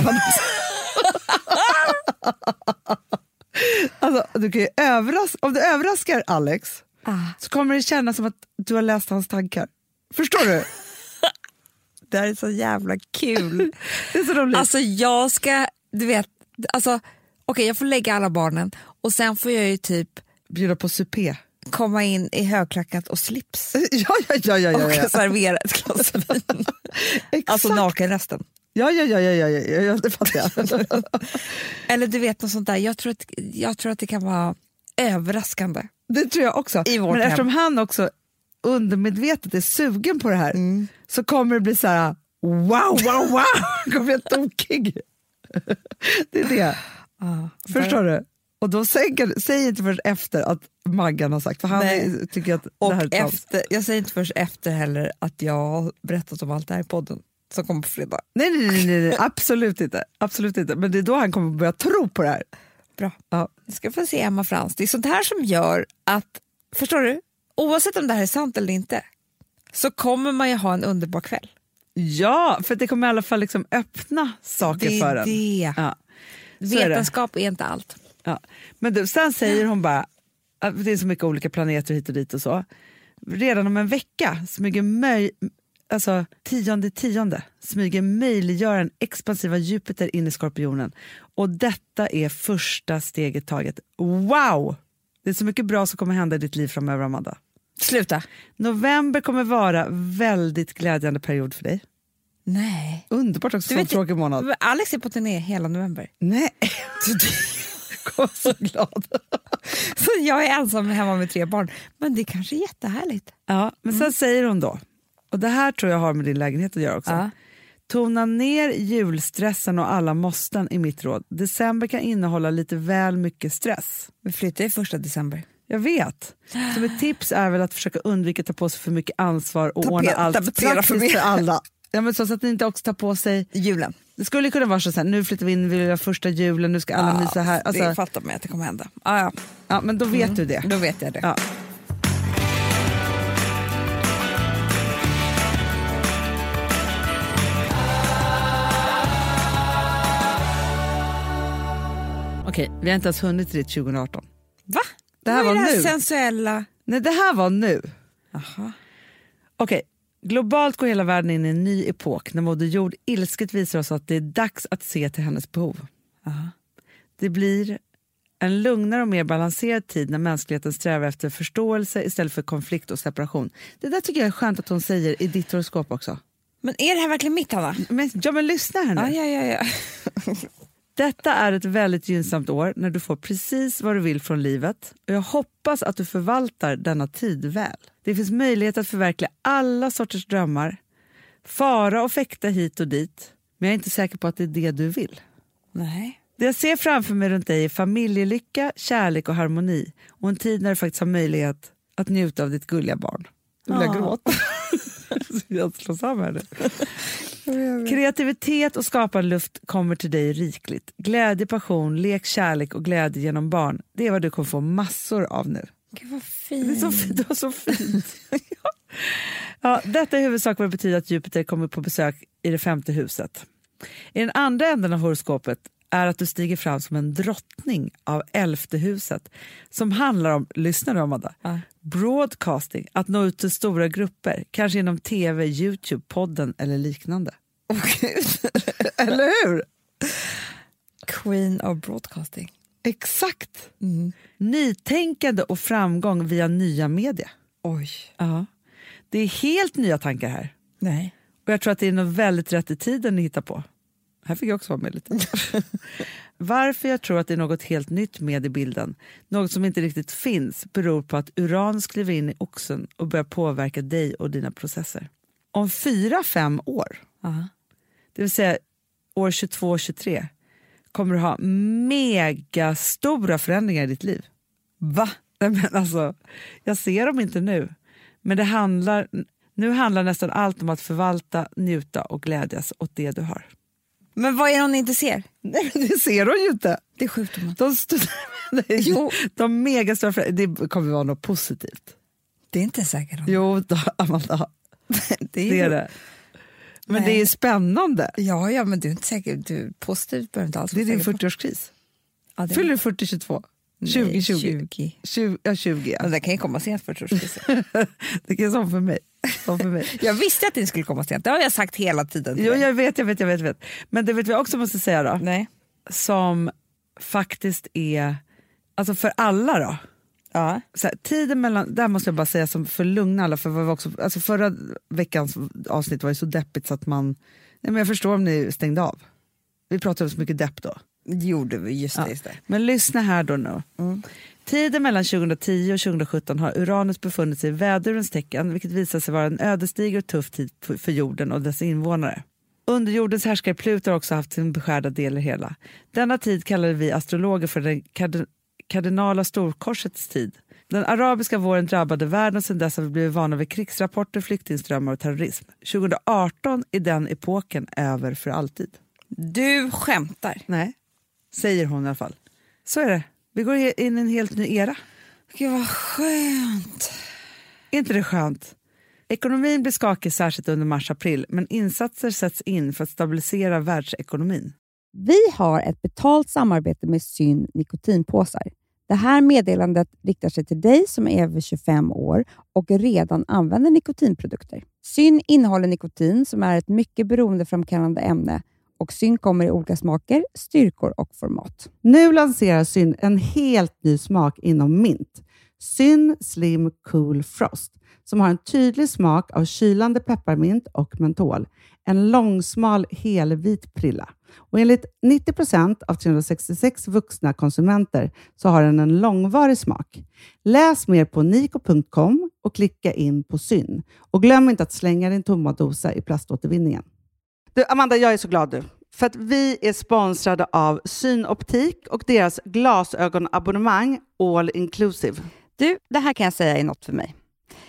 Speaker 1: Alltså, du kan ju om du överraskar Alex så kommer det kännas som att du har läst hans tankar. Förstår du?
Speaker 2: Det här är så jävla kul.
Speaker 1: Det är så roligt.
Speaker 2: Alltså jag ska, du vet, alltså okej, jag får lägga alla barnen och sen får jag ju typ
Speaker 1: bjuda på supé.
Speaker 2: Komma in i högklackat och slips.
Speaker 1: Ja.
Speaker 2: Och servera ett glas vin. Alltså naken resten.
Speaker 1: Ja, det fattar jag.
Speaker 2: Eller du vet något sånt där. Jag tror att det kan vara överraskande.
Speaker 1: Det tror jag också. Men eftersom han också undermedvetet är sugen på det här så kommer det bli så här, Wow! Jag kommer bli tokig. Det är det. Förstår du? Och då säger inte först efter att Maggan har sagt, för han tycker att
Speaker 2: och
Speaker 1: det här är efter,
Speaker 2: jag säger inte först efter heller att jag har berättat om allt det här i podden som kommer på fredag.
Speaker 1: Nej, absolut inte. Men det är då han kommer börja tro på det här.
Speaker 2: Bra. Ja. Jag ska få se Emma Frans. Det är sånt här som gör att, förstår du, oavsett om det här är sant eller inte, så kommer man ju ha en underbar kväll.
Speaker 1: Ja, för det kommer i alla fall liksom öppna saker för en.
Speaker 2: Det.
Speaker 1: Ja.
Speaker 2: Vetenskap är inte allt.
Speaker 1: Ja. Men sen säger hon bara att det är så mycket olika planeter hit och dit och så. Redan om en vecka smyger 10/10 smyger möjliggöra expansiva Jupiter in i Skorpionen. Och detta är första steget taget. Wow! Det är så mycket bra som kommer hända i ditt liv framöver, Amanda.
Speaker 2: Sluta.
Speaker 1: November kommer vara väldigt glädjande period för dig.
Speaker 2: Nej.
Speaker 1: Underbart också, så tråkig månad.
Speaker 2: Alex är på turné hela november.
Speaker 1: Nej. Jag var så glad.
Speaker 2: Så jag är ensam hemma med 3 barn. Men det är kanske är jättehärligt.
Speaker 1: Ja, men sen säger hon då, och det här tror jag har med din lägenhet att göra också. Ja. Tona ner julstressen och alla måsten i mitt råd. December kan innehålla lite väl mycket stress.
Speaker 2: Vi flyttar i 1 december.
Speaker 1: Jag vet. Så ett tips är väl att försöka undvika att ta på sig för mycket ansvar och ordna allt praktiskt för alla. Ja, men så att ni inte också tar på sig
Speaker 2: julen.
Speaker 1: Det skulle kunna vara så här, nu flyttar vi in vid första julen, nu ska alla mysa här.
Speaker 2: Alltså, det fattar mig att det kommer hända.
Speaker 1: Ja, men då vet du det.
Speaker 2: Då vet jag det.
Speaker 1: Ja. Okej, vi har inte ens hunnit till 2018.
Speaker 2: Va?
Speaker 1: Det här var
Speaker 2: det här
Speaker 1: nu.
Speaker 2: sensuella?
Speaker 1: Nej, det här var nu.
Speaker 2: Aha.
Speaker 1: Okej, globalt går hela världen in i en ny epok när Moder Jord ilsket visar oss att det är dags att se till hennes behov.
Speaker 2: Aha.
Speaker 1: Det blir en lugnare och mer balanserad tid när mänskligheten strävar efter förståelse istället för konflikt och separation. Det där tycker jag är skönt att hon säger i ditt horoskop också.
Speaker 2: Men är det här verkligen mitt, Hanna?
Speaker 1: Men lyssna här nu.
Speaker 2: Ja.
Speaker 1: Detta är ett väldigt gynnsamt år när du får precis vad du vill från livet. Och jag hoppas att du förvaltar denna tid väl. Det finns möjlighet att förverkliga alla sorters drömmar. Fara och fäkta hit och dit. Men jag är inte säker på att det är det du vill.
Speaker 2: Nej.
Speaker 1: Det jag ser framför mig runt dig är familjelycka, kärlek och harmoni. Och en tid när du faktiskt har möjlighet att njuta av ditt gulliga barn. Du vill gråta. Jag slår samman det. Kreativitet och skapande luft kommer till dig rikligt. Glädje, passion, lek, kärlek och glädje genom barn. Det är vad du kommer få massor av nu.
Speaker 2: Gud vad fint.
Speaker 1: Det är så fint. Det var så fint. Ja, detta är huvudsak vad det betyder att Jupiter kommer på besök i det 5:e huset. I den andra änden av horoskopet är att du stiger fram som en drottning av 11:e huset som handlar om, lyssna nu Amanda, broadcasting, att nå ut till stora grupper, kanske inom tv, YouTube, podden eller liknande. Eller hur?
Speaker 2: Queen of broadcasting.
Speaker 1: Exakt. Nytänkande och framgång via nya media.
Speaker 2: Oj.
Speaker 1: Ja. Det är helt nya tankar här.
Speaker 2: Nej.
Speaker 1: Och jag tror att det är något väldigt rätt i tiden ni hittar på. Här fick jag också vara med lite. Varför jag tror att det är något helt nytt med i bilden, något som inte riktigt finns, beror på att Uranus kliver in i oxen och börjar påverka dig och dina processer. Om 4-5 år, det vill säga år 22-23, kommer du ha megastora förändringar i ditt liv.
Speaker 2: Va?
Speaker 1: Men alltså, jag ser dem inte nu. Men nu handlar nästan allt om att förvalta, njuta och glädjas åt det du har.
Speaker 2: Men vad är det hon inte ser?
Speaker 1: Nej, det ser hon ju inte.
Speaker 2: Det är sjukdomen.
Speaker 1: De megastora, det kommer vara något positivt.
Speaker 2: Det är inte säkert.
Speaker 1: Jo, Amanda. Det är det. Men det är spännande.
Speaker 2: Ja, men du är inte säker. Du positivt behöver inte alls.
Speaker 1: Det är din 40-årskris. Ja, fyller du 40-22? 20. Ja, 20. Ja.
Speaker 2: Det kan ju komma sent för
Speaker 1: troskrisen. Det kan som för mig.
Speaker 2: Jag visste att det skulle komma sent. Det har jag sagt hela tiden.
Speaker 1: Jo, jag vet. Men det vet vi också måste säga då.
Speaker 2: Nej.
Speaker 1: Som faktiskt är, alltså för alla då.
Speaker 2: Ja.
Speaker 1: Så här, tiden mellan, där måste jag bara säga som för lugna alla, för var också, alltså förra veckans avsnitt var ju så deppigt så att man, nej men jag förstår om ni stängde av. Vi pratade så mycket depp då.
Speaker 2: Gjorde vi, just det.
Speaker 1: Men lyssna här då nu. Tiden mellan 2010 och 2017 har Uranus befunnit sig i vädurens tecken, vilket visar sig vara en ödesdiger och tuff tid för jorden och dess invånare. Underjordens härskare Pluto har också haft sin beskärda del i hela. Denna tid kallade vi astrologer för det kardinala storkorsets tid. Den arabiska våren drabbade världen och sedan dess har vi blivit vana vid krigsrapporter, flyktingströmmar och terrorism. 2018 är den epoken över för alltid.
Speaker 2: Du skämtar.
Speaker 1: Nej, säger hon i alla fall. Så är det. Vi går in i en helt ny era.
Speaker 2: Gud vad skönt.
Speaker 1: Är inte det skönt? Ekonomin blir skakig särskilt under mars-april, men insatser sätts in för att stabilisera världsekonomin.
Speaker 3: Vi har ett betalt samarbete med Syn nikotinpåsar. Det här meddelandet riktar sig till dig som är över 25 år och redan använder nikotinprodukter. Syn innehåller nikotin som är ett mycket beroendeframkallande ämne och Syn kommer i olika smaker, styrkor och format.
Speaker 4: Nu lanserar Syn en helt ny smak inom mint. Syn Slim Cool Frost som har en tydlig smak av kylande pepparmint och mentol. En långsmal helvit prilla. Och enligt 90% av 366 vuxna konsumenter så har den en långvarig smak. Läs mer på niko.com och klicka in på Syn. Och glöm inte att slänga din tomma dosa i plaståtervinningen. Du, Amanda, jag är så glad du. För att vi är sponsrade av Synoptik och deras glasögonabonnemang All Inclusive.
Speaker 3: Du, det här kan jag säga är något för mig.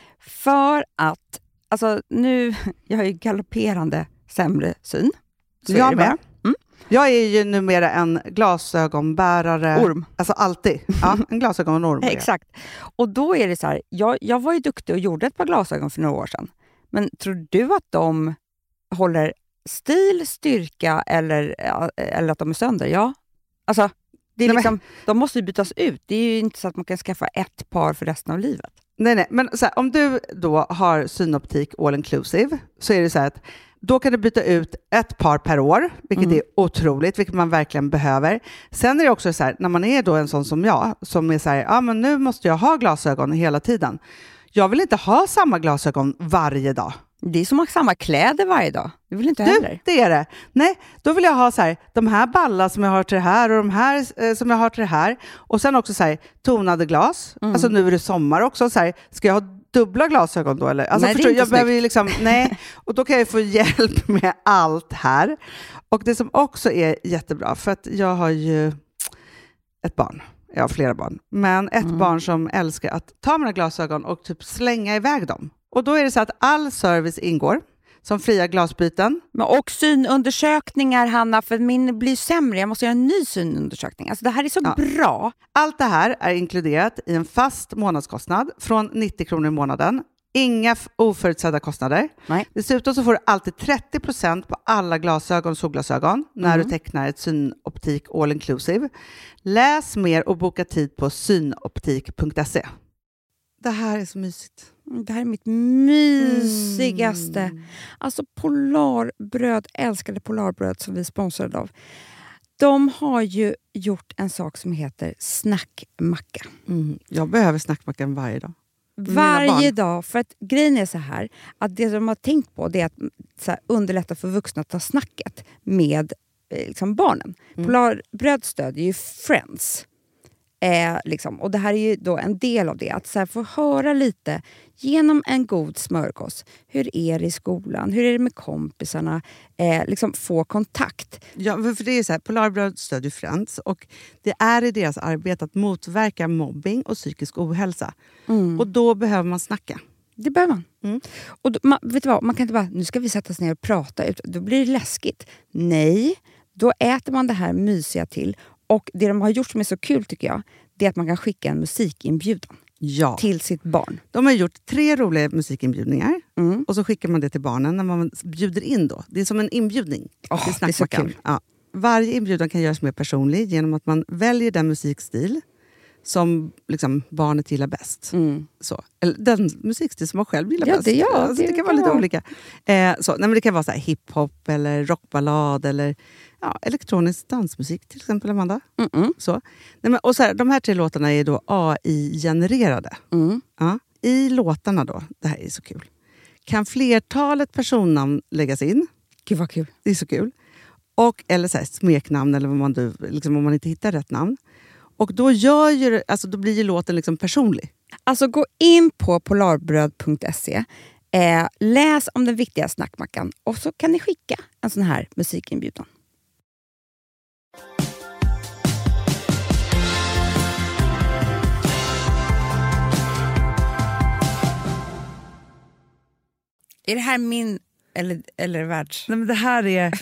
Speaker 3: För att, alltså nu, jag har ju galopperande sämre syn. Så
Speaker 4: jag med. Jag är ju numera en glasögonbärare.
Speaker 3: Orm.
Speaker 4: Alltså alltid. Ja, en glasögonorm.
Speaker 3: Exakt. Och då är det så här, jag var ju duktig och gjorde ett par glasögon för några år sedan. Men tror du att de håller stil, styrka eller att de är sönder? Ja. Alltså, det är liksom, de måste ju bytas ut. Det är ju inte så att man kan skaffa ett par för resten av livet.
Speaker 4: Nej. Men så här, om du då har Synoptik All Inclusive så är det så här att då kan du byta ut ett par per år, vilket är otroligt, vilket man verkligen behöver. Sen är det också så här, när man är då en sån som jag, som är så här, men nu måste jag ha glasögon hela tiden. Jag vill inte ha samma glasögon varje dag.
Speaker 3: Det är som att ha samma kläder varje dag. Det vill inte heller.
Speaker 4: Det är det. Nej, då vill jag ha så här, de här ballar som jag har till det här och de här som jag har till det här. Och sen också så här, tonade glas. Alltså nu är det sommar också. Så här, ska jag ha dubbla glasögon då? Eller? Alltså,
Speaker 3: nej,
Speaker 4: förstår, jag behöver ju liksom, nej. Och då kan jag få hjälp med allt här. Och det som också är jättebra, för att jag har ju ett barn. Jag har flera barn. Men ett barn som älskar att ta mina glasögon och typ slänga iväg dem. Och då är det så att all service ingår. Som fria glasbyten.
Speaker 3: Och synundersökningar, Hanna, för min blir sämre. Jag måste göra en ny synundersökning. Alltså det här är så bra.
Speaker 4: Allt det här är inkluderat i en fast månadskostnad från 90 kronor i månaden. Inga oförutsedda kostnader.
Speaker 3: Nej.
Speaker 4: Dessutom så får du alltid 30% på alla glasögon och solglasögon när du tecknar ett Synoptik All Inclusive. Läs mer och boka tid på synoptik.se. Det här är så mysigt.
Speaker 3: Det här är mitt mysigaste. Alltså Polarbröd, älskade Polarbröd som vi sponsrade av. De har ju gjort en sak som heter snackmacka.
Speaker 4: Jag behöver snackmackan varje dag.
Speaker 3: Varje dag, för att grejen är så här att det de har tänkt på det är att så här, underlätta för vuxna att ta snacket med liksom, barnen. Polarbröd stödjer ju Friends. Liksom. Och det här är ju då en del av det. Att så här, få höra lite genom en god smörgås. Hur är det i skolan? Hur är det med kompisarna? Liksom få kontakt.
Speaker 4: Ja, för det är så här, Polarbröd stödjer Friends och det är i deras arbete att motverka mobbing och psykisk ohälsa. Och då behöver man snacka.
Speaker 3: Det behöver man. Och då, vet du vad? Man kan inte bara, nu ska vi sätta oss ner och prata ut. Då blir det läskigt. Nej, då äter man det här mysiga till. Och det de har gjort som är så kul tycker jag, det är att man kan skicka en musikinbjudan till sitt barn.
Speaker 4: De har gjort 3 roliga musikinbjudningar och så skickar man det till barnen när man bjuder in då. Det är som en inbjudning.
Speaker 3: Det är så kul.
Speaker 4: Ja. Varje inbjudan kan göras mer personlig genom att man väljer den musikstil som liksom barnet gillar bäst. Så. Eller den musikstil som man själv gillar bäst. Det kan vara lite olika. Nej, men det kan vara så här hiphop eller rockballad eller elektronisk dansmusik till exempel, Amanda. Så. Nej, men, och så här, de här 3 låtarna är då AI-genererade. Ja. I låtarna då, det här är så kul, kan flertalet personnamn läggas in.
Speaker 3: Gud vad kul.
Speaker 4: Det är så kul. Och, eller så här, smeknamn eller vad man, liksom, om man inte hittar rätt namn. Och då, då blir ju låten liksom personlig.
Speaker 3: Alltså gå in på polarbröd.se. Läs om den viktiga snackmackan och så kan ni skicka en sån här musikinbjudan.
Speaker 2: Är det här min eller världs?
Speaker 1: Nej, men det här är...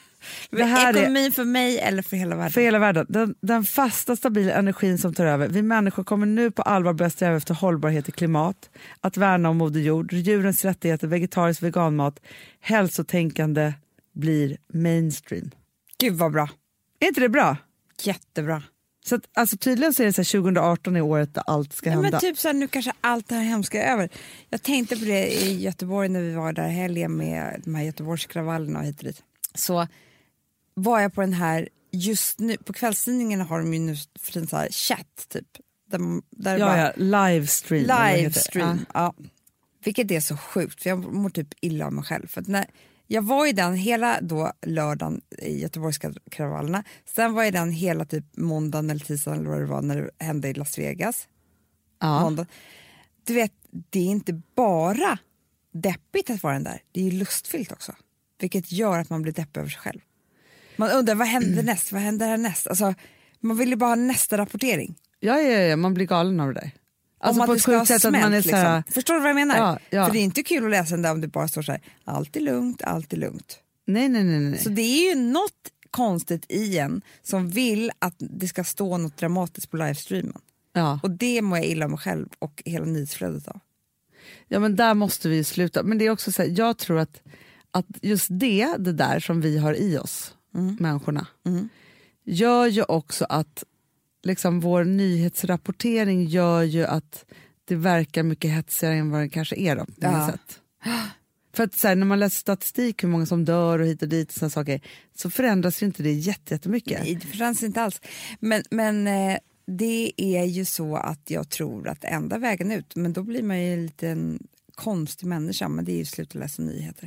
Speaker 2: Ekonomin för mig eller för hela världen?
Speaker 1: För hela världen. Den fasta, stabila energin som tar över. Vi människor kommer nu på allvar börja sträva efter hållbarhet i klimat, att värna om moder jord, djurens rättigheter, vegetarisk veganmat, hälsotänkande blir mainstream.
Speaker 2: Gud vad bra.
Speaker 1: Är inte det bra?
Speaker 2: Jättebra.
Speaker 1: Så att, alltså, tydligen så är det så här 2018 i året där allt ska hända.
Speaker 2: Men typ så här, nu kanske allt det här hemska är över. Jag tänkte på det i Göteborg när vi var där helgen med de här Göteborgskravallerna och hit och dit. Så var jag på den här, just nu, på kvällstidningen har de ju nu för en så här chatt typ. Där
Speaker 1: ja, livestream.
Speaker 2: Ja. Vilket är så sjukt, för jag mår typ illa av mig själv. För att när jag var i den hela då lördagen i Göteborgskravallerna. Sen var jag den hela typ måndagen eller tisdagen eller vad det var när det hände i Las Vegas.
Speaker 1: Ja.
Speaker 2: Måndag. Du vet, det är inte bara deppigt att vara den där. Det är ju lustfyllt också. Vilket gör att man blir deppig över sig själv. Man undrar, vad händer näst? Vad händer härnäst? Alltså, man vill ju bara ha nästa rapportering.
Speaker 1: Ja, man blir galen av det där. Alltså
Speaker 2: om
Speaker 1: på
Speaker 2: att
Speaker 1: ett
Speaker 2: det ska ha
Speaker 1: sjukt sätt
Speaker 2: smält,
Speaker 1: att man är
Speaker 2: liksom.
Speaker 1: så här...
Speaker 2: Förstår du vad jag menar?
Speaker 1: Ja.
Speaker 2: För det är inte kul att läsa den där om det bara står så här, allt är lugnt, allt är lugnt.
Speaker 1: Nej.
Speaker 2: Så det är ju något konstigt i en som vill att det ska stå något dramatiskt på livestreamen.
Speaker 1: Ja.
Speaker 2: Och det mår jag illa om mig själv och hela nyhetsflödet av.
Speaker 1: Ja, men där måste vi sluta. Men det är också så här, jag tror att just det där som vi har i oss, människorna, gör ju också att liksom vår nyhetsrapportering gör ju att det verkar mycket hetsigare än vad det kanske är då, på något sätt. För att så här, när man läser statistik hur många som dör och hit och dit och såna saker, så förändras ju inte det jättemycket.
Speaker 2: Nej, det förändras inte alls. Men det är ju så att jag tror att enda vägen ut, men då blir man ju lite en konstig människa, men det är ju sluta läsa nyheter.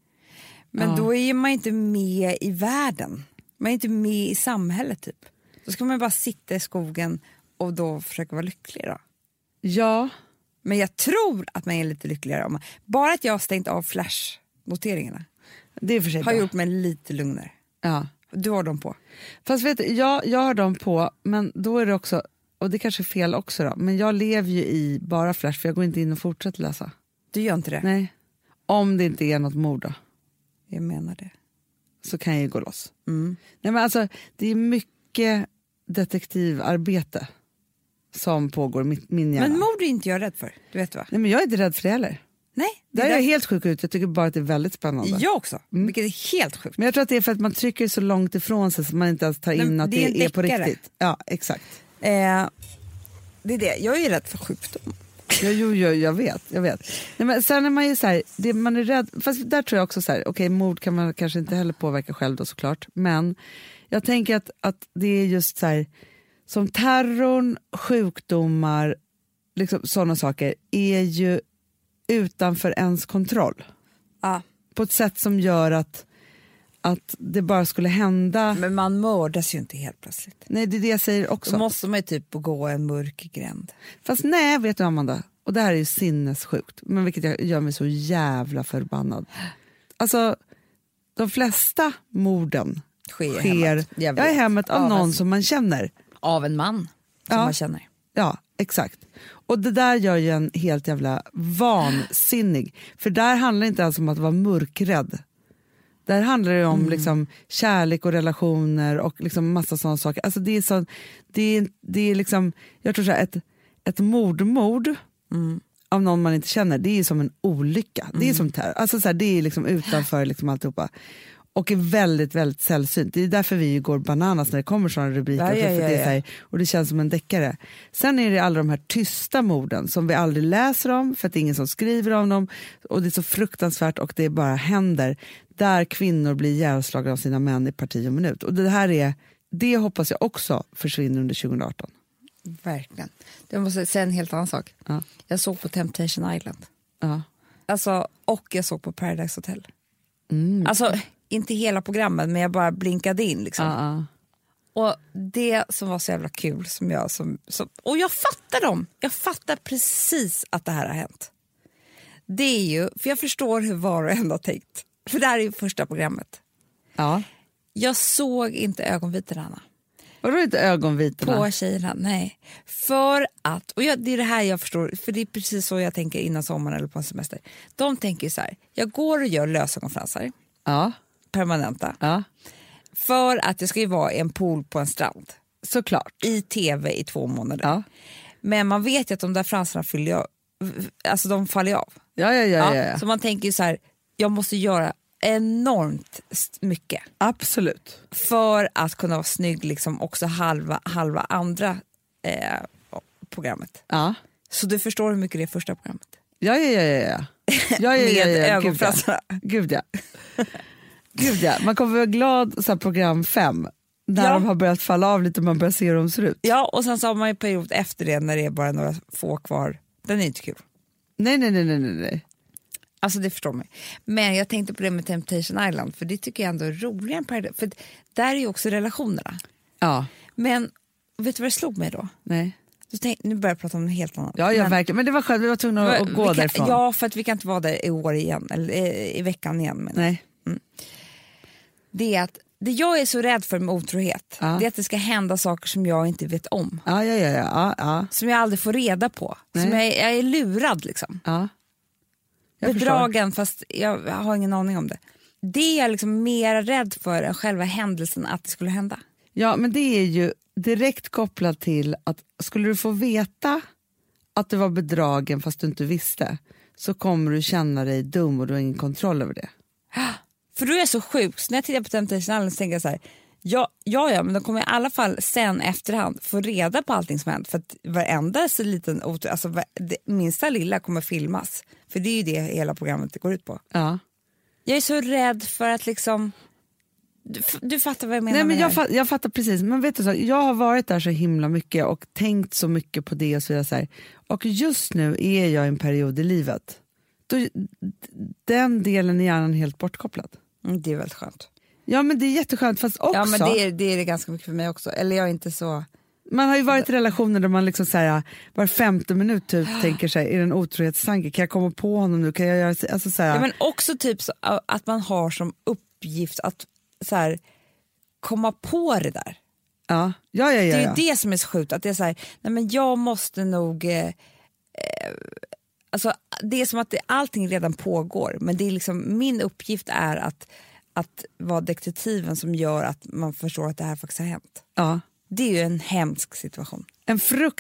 Speaker 2: Men då är man inte med i världen. Man är inte med i samhället typ. Då ska man bara sitta i skogen och då försöka vara lycklig då.
Speaker 1: Ja.
Speaker 2: Men jag tror att man är lite lyckligare om bara att jag har stängt av flash-noteringarna.
Speaker 1: Det är för sig
Speaker 2: har
Speaker 1: bra.
Speaker 2: gjort mig lite lugnare.
Speaker 1: Ja.
Speaker 2: Du har dem på.
Speaker 1: Fast vet du, jag har dem på, men då är det också, och det kanske är fel också då, men jag lever ju i bara flash för jag går inte in och fortsätter läsa.
Speaker 2: Du gör inte det?
Speaker 1: Nej. Om det inte är något mord då.
Speaker 2: Jag menar det.
Speaker 1: Så kan jag ju gå loss. Nej, men alltså, det är mycket detektivarbete som pågår i min hjärna.
Speaker 2: Men mord är inte jag rädd för, du vet va?
Speaker 1: Nej, men jag är inte rädd för det heller.
Speaker 2: Nej.
Speaker 1: Det är jag helt sjuk ut, jag tycker bara att det är väldigt spännande.
Speaker 2: Jag också, vilket är helt sjukt.
Speaker 1: Men jag tror att det är för att man trycker så långt ifrån sig så man inte ens tar in att det är på riktigt. Ja, exakt.
Speaker 2: Det är det, jag är ju rädd för sjukdom.
Speaker 1: Jo, jag vet. Nej, men sen är man ju så här, det man är rädd, fast där tror jag också så här, okej, mord kan man kanske inte heller påverka själv då såklart, men jag tänker att det är just så här, som terrorn, sjukdomar, liksom sådana saker är ju utanför ens kontroll. På ett sätt som gör att det bara skulle hända.
Speaker 2: Men man mördas ju inte helt plötsligt.
Speaker 1: Nej, det är det jag säger också.
Speaker 2: Då måste man ju typ gå en mörk gränd.
Speaker 1: Fast nej, vet du Amanda, och det här är ju sinnessjukt, men vilket gör mig så jävla förbannad. Alltså, de flesta morden sker i hemmet av någon som man känner.
Speaker 2: Av en man som man känner.
Speaker 1: Ja, exakt. Och det där gör ju en helt jävla vansinnig. För där handlar det inte alls om att vara mörkrädd. Där handlar det om liksom kärlek och relationer och liksom massa sådana saker. Alltså det är så, det är liksom, jag tror så här, ett mord av någon man inte känner, det är som en olycka. Det är som terror. Alltså så här, det är liksom utanför liksom alltihopa. Och är väldigt, väldigt sällsynt. Det är därför vi går bananas när det kommer sådana rubriker. För det är så här, och det känns som en deckare. Sen är det alla de här tysta morden som vi aldrig läser om, för att det är ingen som skriver om dem. Och det är så fruktansvärt och det bara händer. Där kvinnor blir ihjälslagna av sina män i parti och minut. Och det hoppas jag också försvinner under 2018.
Speaker 2: Verkligen. Jag måste säga en helt annan sak.
Speaker 1: Ja.
Speaker 2: Jag såg på Temptation Island.
Speaker 1: Ja.
Speaker 2: Alltså, och jag såg på Paradise Hotel. Alltså, inte hela programmet, men jag bara blinkade in liksom. Och det som var så jävla kul och jag fattar dem. Jag fattar precis att det här har hänt. det är ju, för jag förstår hur var och en har tänkt. För det här är ju första programmet.
Speaker 1: Ja.
Speaker 2: Jag såg inte ögonvitorna, Anna.
Speaker 1: Vadå inte ögonvitorna?
Speaker 2: På tjejerna, nej. För att, och det är det här jag förstår, för det är precis så jag tänker innan sommaren eller på en semester. De tänker ju så här, jag går och gör lösögonfransar,
Speaker 1: Ja.
Speaker 2: permanenta,
Speaker 1: Ja.
Speaker 2: för att det ska ju vara en pool på en strand.
Speaker 1: Såklart.
Speaker 2: I tv i 2 månader.
Speaker 1: Ja.
Speaker 2: Men man vet ju att de där fransarna alltså de faller av.
Speaker 1: Ja.
Speaker 2: Så man tänker ju så här, jag måste göra enormt mycket
Speaker 1: Absolut.
Speaker 2: för att kunna vara snygg liksom också halva andra programmet.
Speaker 1: Ja.
Speaker 2: Så du förstår hur mycket det är första programmet.
Speaker 1: Ja.
Speaker 2: Med ögonfransarna.
Speaker 1: Gud ja. Gud ja. Man kommer vara glad så här, program 5 när
Speaker 2: Ja.
Speaker 1: de har börjat falla av lite och man börjar se hur de ser ut.
Speaker 2: Ja, och sen så har man ju period efter det när det är bara några få kvar. Den är inte kul.
Speaker 1: Nej.
Speaker 2: Alltså det förstår man. Men jag tänkte på det med Temptation Island, för det tycker jag ändå är roligare än Paradise. För där är ju också relationerna.
Speaker 1: Ja.
Speaker 2: Men vet du vad det slog mig då?
Speaker 1: Nej.
Speaker 2: Nu börjar jag prata om något helt annat.
Speaker 1: Ja, verkligen. Men det var skönt, vi var tvungna att gå därifrån.
Speaker 2: Ja, för att vi kan inte vara där i år igen, eller i veckan igen. Men
Speaker 1: Nej.
Speaker 2: det är att det jag är så rädd för med otrohet,
Speaker 1: Ja.
Speaker 2: det är att det ska hända saker som jag inte vet om.
Speaker 1: Ja.
Speaker 2: Som jag aldrig får reda på.
Speaker 1: Nej.
Speaker 2: Som jag är lurad liksom.
Speaker 1: Ja. Jag
Speaker 2: Bedragen fast jag har ingen aning om det. Det är jag liksom mer rädd för än själva händelsen att det skulle hända.
Speaker 1: Ja, men det är ju direkt kopplat till att skulle du få veta att du var bedragen fast du inte visste, så kommer du känna dig dum och du har ingen kontroll över det.
Speaker 2: För du är så sjuk, så när jag tittar på Temptation Island så tänker jag så här, ja, men de kommer i alla fall sen efterhand få reda på allting som hänt, för att varenda så liten alltså det minsta lilla kommer filmas, för det är ju det hela programmet går ut på.
Speaker 1: Ja.
Speaker 2: Jag är så rädd för att liksom du fattar vad jag menar.
Speaker 1: Nej, men
Speaker 2: med det här.
Speaker 1: jag fattar precis, men vet du så, jag har varit där så himla mycket och tänkt så mycket på det och så vidare, så här. Och just nu är jag i en period i livet då den delen i hjärnan är helt bortkopplad.
Speaker 2: Det är väldigt skönt.
Speaker 1: Ja, men det är jätteskönt, fast också
Speaker 2: Ja, men det är det ganska mycket för mig också. Eller jag är inte så...
Speaker 1: man har ju varit i relationer där man liksom så här, var 5:e minut typ tänker sig, är det en otrohetstanke, kan jag komma på honom nu, kan jag göra alltså, så här.
Speaker 2: Ja, men också typ så, att man har som uppgift att så här, komma på det där.
Speaker 1: Ja.
Speaker 2: Det är ju det som är så sjukt, att det är så här, nej men jag måste nog alltså det är som att allting redan pågår, men det är liksom, min uppgift är att vara detektiven som gör att man förstår att det här faktiskt har hänt.
Speaker 1: Ja.
Speaker 2: Det är ju en hemsk situation.
Speaker 1: En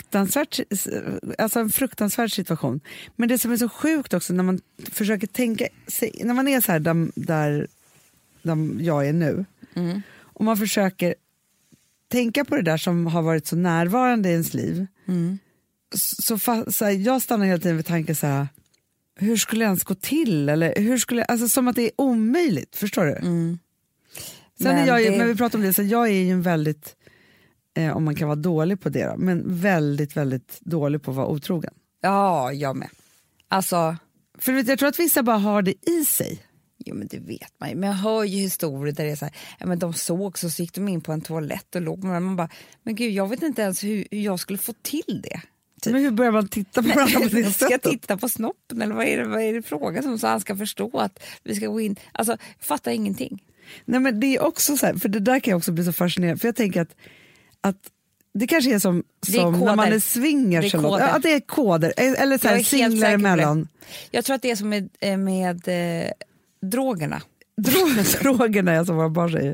Speaker 1: fruktansvärd situation. Men det som är så sjukt också när man försöker tänka sig, när man är så här där jag är nu, och man försöker tänka på det där som har varit så närvarande i ens liv, så här, jag stannar hela tiden vid tanken så här, hur skulle det ens gå till? Eller hur skulle, alltså som att det är omöjligt, förstår du? Sen är jag ju, men vi pratar om det, så jag är ju en väldigt, om man kan vara dålig på det då, men väldigt, väldigt dålig på att vara otrogen.
Speaker 2: Ja, jag med. Alltså,
Speaker 1: för jag tror att vissa bara har det i sig.
Speaker 2: jo men det vet man ju. Men jag hör ju historier där det är så här, ja, men de såg så gick de in på en toalett och låg med, man bara, men gud, jag vet inte ens hur jag skulle få till det.
Speaker 1: Typ. Men hur börjar man titta på varandra på det
Speaker 2: Ska jag
Speaker 1: sättet?
Speaker 2: titta på snoppen eller vad är det frågan som så han ska förstå att vi ska gå in? Alltså, jag fattar ingenting.
Speaker 1: Nej, men det är också så här, för det där kan jag också bli så fascinerad, för jag tänker att det kanske är som när man är swinger,
Speaker 2: det är koder.
Speaker 1: Ja, det är koder, eller så här, singlar emellan.
Speaker 2: Jag tror att det är som med drogerna.
Speaker 1: Drogerna är som våra barn säger.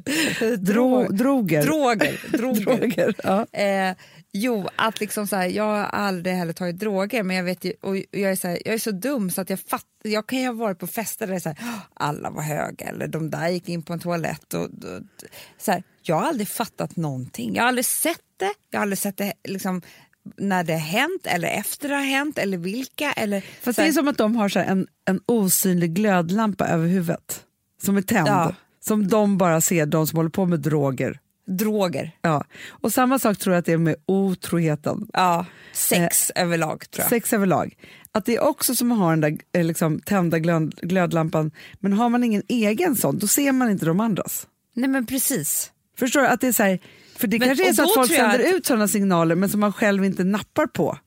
Speaker 1: Droger. Ja.
Speaker 2: Jo, att liksom så här, jag har aldrig heller tagit droger, men jag vet ju, och jag är så dum så att jag kan ju ha varit på fester där det är så här, alla var höga eller de där gick in på en toalett och så här, jag har aldrig fattat någonting. Jag har aldrig sett det liksom när det har hänt eller efter det har hänt eller vilka eller.
Speaker 1: Fast det är som att de har så här en osynlig glödlampa över huvudet som är tänd.
Speaker 2: Ja.
Speaker 1: Som de bara ser, de som håller på med droger.
Speaker 2: Ja,
Speaker 1: och samma sak tror jag att det är med otroheten.
Speaker 2: Ja, sex överlag tror jag.
Speaker 1: Sex överlag. Att det är också som att ha den där liksom, tända glödlampan, men har man ingen egen sån, då ser man inte de andras.
Speaker 2: Nej men precis.
Speaker 1: Förstår du? Att det är så här, för det kanske är så att folk sänder ut sådana signaler men som man själv inte nappar på.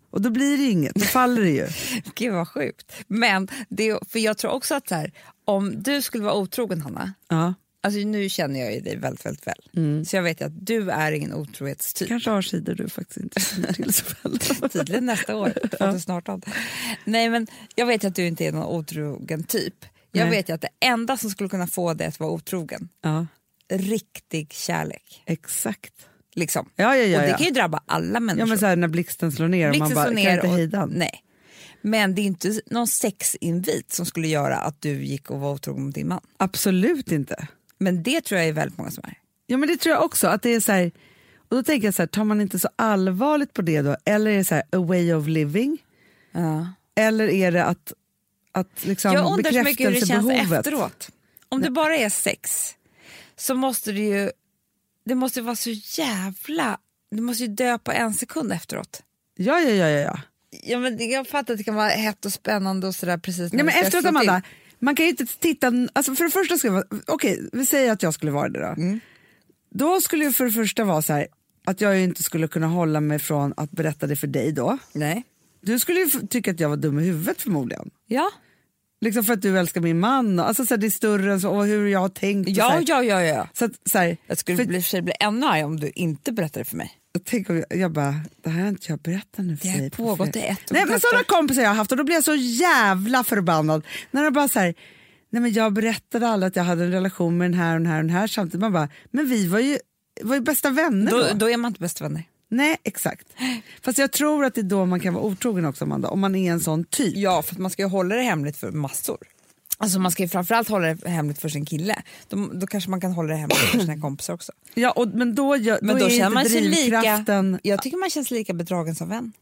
Speaker 1: Och då blir det inget, då faller det ju.
Speaker 2: Gud vad sjukt. Men för jag tror också att så här, om du skulle vara otrogen, Hanna,
Speaker 1: Ja.
Speaker 2: alltså nu känner jag ju dig väldigt, väldigt väl. Så jag vet att du är ingen otrohetstyp.
Speaker 1: Kanske har sidor du faktiskt inte känner till så väl.
Speaker 2: Tydligen nästa år, 2018. Nej, men jag vet ju att du inte är någon otrogen typ. Jag
Speaker 1: Nej.
Speaker 2: vet ju att det enda som skulle kunna få dig att vara otrogen,
Speaker 1: Ja,
Speaker 2: riktig kärlek.
Speaker 1: exakt.
Speaker 2: Liksom.
Speaker 1: Ja.
Speaker 2: Och det kan ju drabba alla människor.
Speaker 1: Ja, men så här, när blixten slår ner och man bara, kan inte hejda den.
Speaker 2: Nej. Men det är inte någon sexinvit som skulle göra att du gick och var otrogen mot din man.
Speaker 1: Absolut inte.
Speaker 2: Men det tror jag är väldigt många som är.
Speaker 1: Ja, men det tror jag också. Att det är så här, och då tänker jag så här, tar man inte så allvarligt på det då? Eller är det så här, a way of living?
Speaker 2: Ja.
Speaker 1: Eller är det att liksom
Speaker 2: Jag undrar så mycket hur det känns
Speaker 1: bekräftelsebehovet?
Speaker 2: efteråt. Om det bara är sex så måste det måste vara så jävla... Du måste ju dö på 1 sekund efteråt.
Speaker 1: Ja.
Speaker 2: Ja, men jag fattar att det kan vara hett och spännande och sådär precis när
Speaker 1: Nej, men
Speaker 2: det ska
Speaker 1: efteråt,
Speaker 2: slå
Speaker 1: Amanda,
Speaker 2: till.
Speaker 1: man kan ju inte titta, alltså för det första ska jag okej, vi säger att jag skulle vara det då. Då skulle ju för det första vara så här, att jag ju inte skulle kunna hålla mig från att berätta det för dig då.
Speaker 2: Nej.
Speaker 1: Du skulle ju tycka att jag var dum i huvudet förmodligen.
Speaker 2: Ja.
Speaker 1: Liksom för att du älskar min man och alltså så här, det är större än så, och hur jag har tänkt. Och så här.
Speaker 2: Ja.
Speaker 1: Så att, så här,
Speaker 2: Jag skulle bli ännu arg om du inte berättade för mig.
Speaker 1: tänk om jag bara, det här har inte jag berättat nu för
Speaker 2: Det
Speaker 1: dig.
Speaker 2: har pågått i 1 år.
Speaker 1: Nej, men sådana kompisar jag har haft, och då blir jag så jävla förbannad. När de bara så här, nej men jag berättade aldrig att jag hade en relation med den här och den här och den här samtidigt. Man bara, men vi var ju bästa vänner då.
Speaker 2: Då är man inte bästa vänner.
Speaker 1: Nej, exakt. Fast jag tror att det är då man kan vara otrogen också, Amanda, om man är en sån typ.
Speaker 2: Ja, för att man ska ju hålla det hemligt för massor. Alltså man ska ju framförallt hålla det hemligt för sin kille. Då kanske man kan hålla det hemligt för sina kompisar också.
Speaker 1: Ja, men då är
Speaker 2: känner man
Speaker 1: inte
Speaker 2: sig
Speaker 1: drivkraften...
Speaker 2: Jag tycker man känns lika bedragen som vän.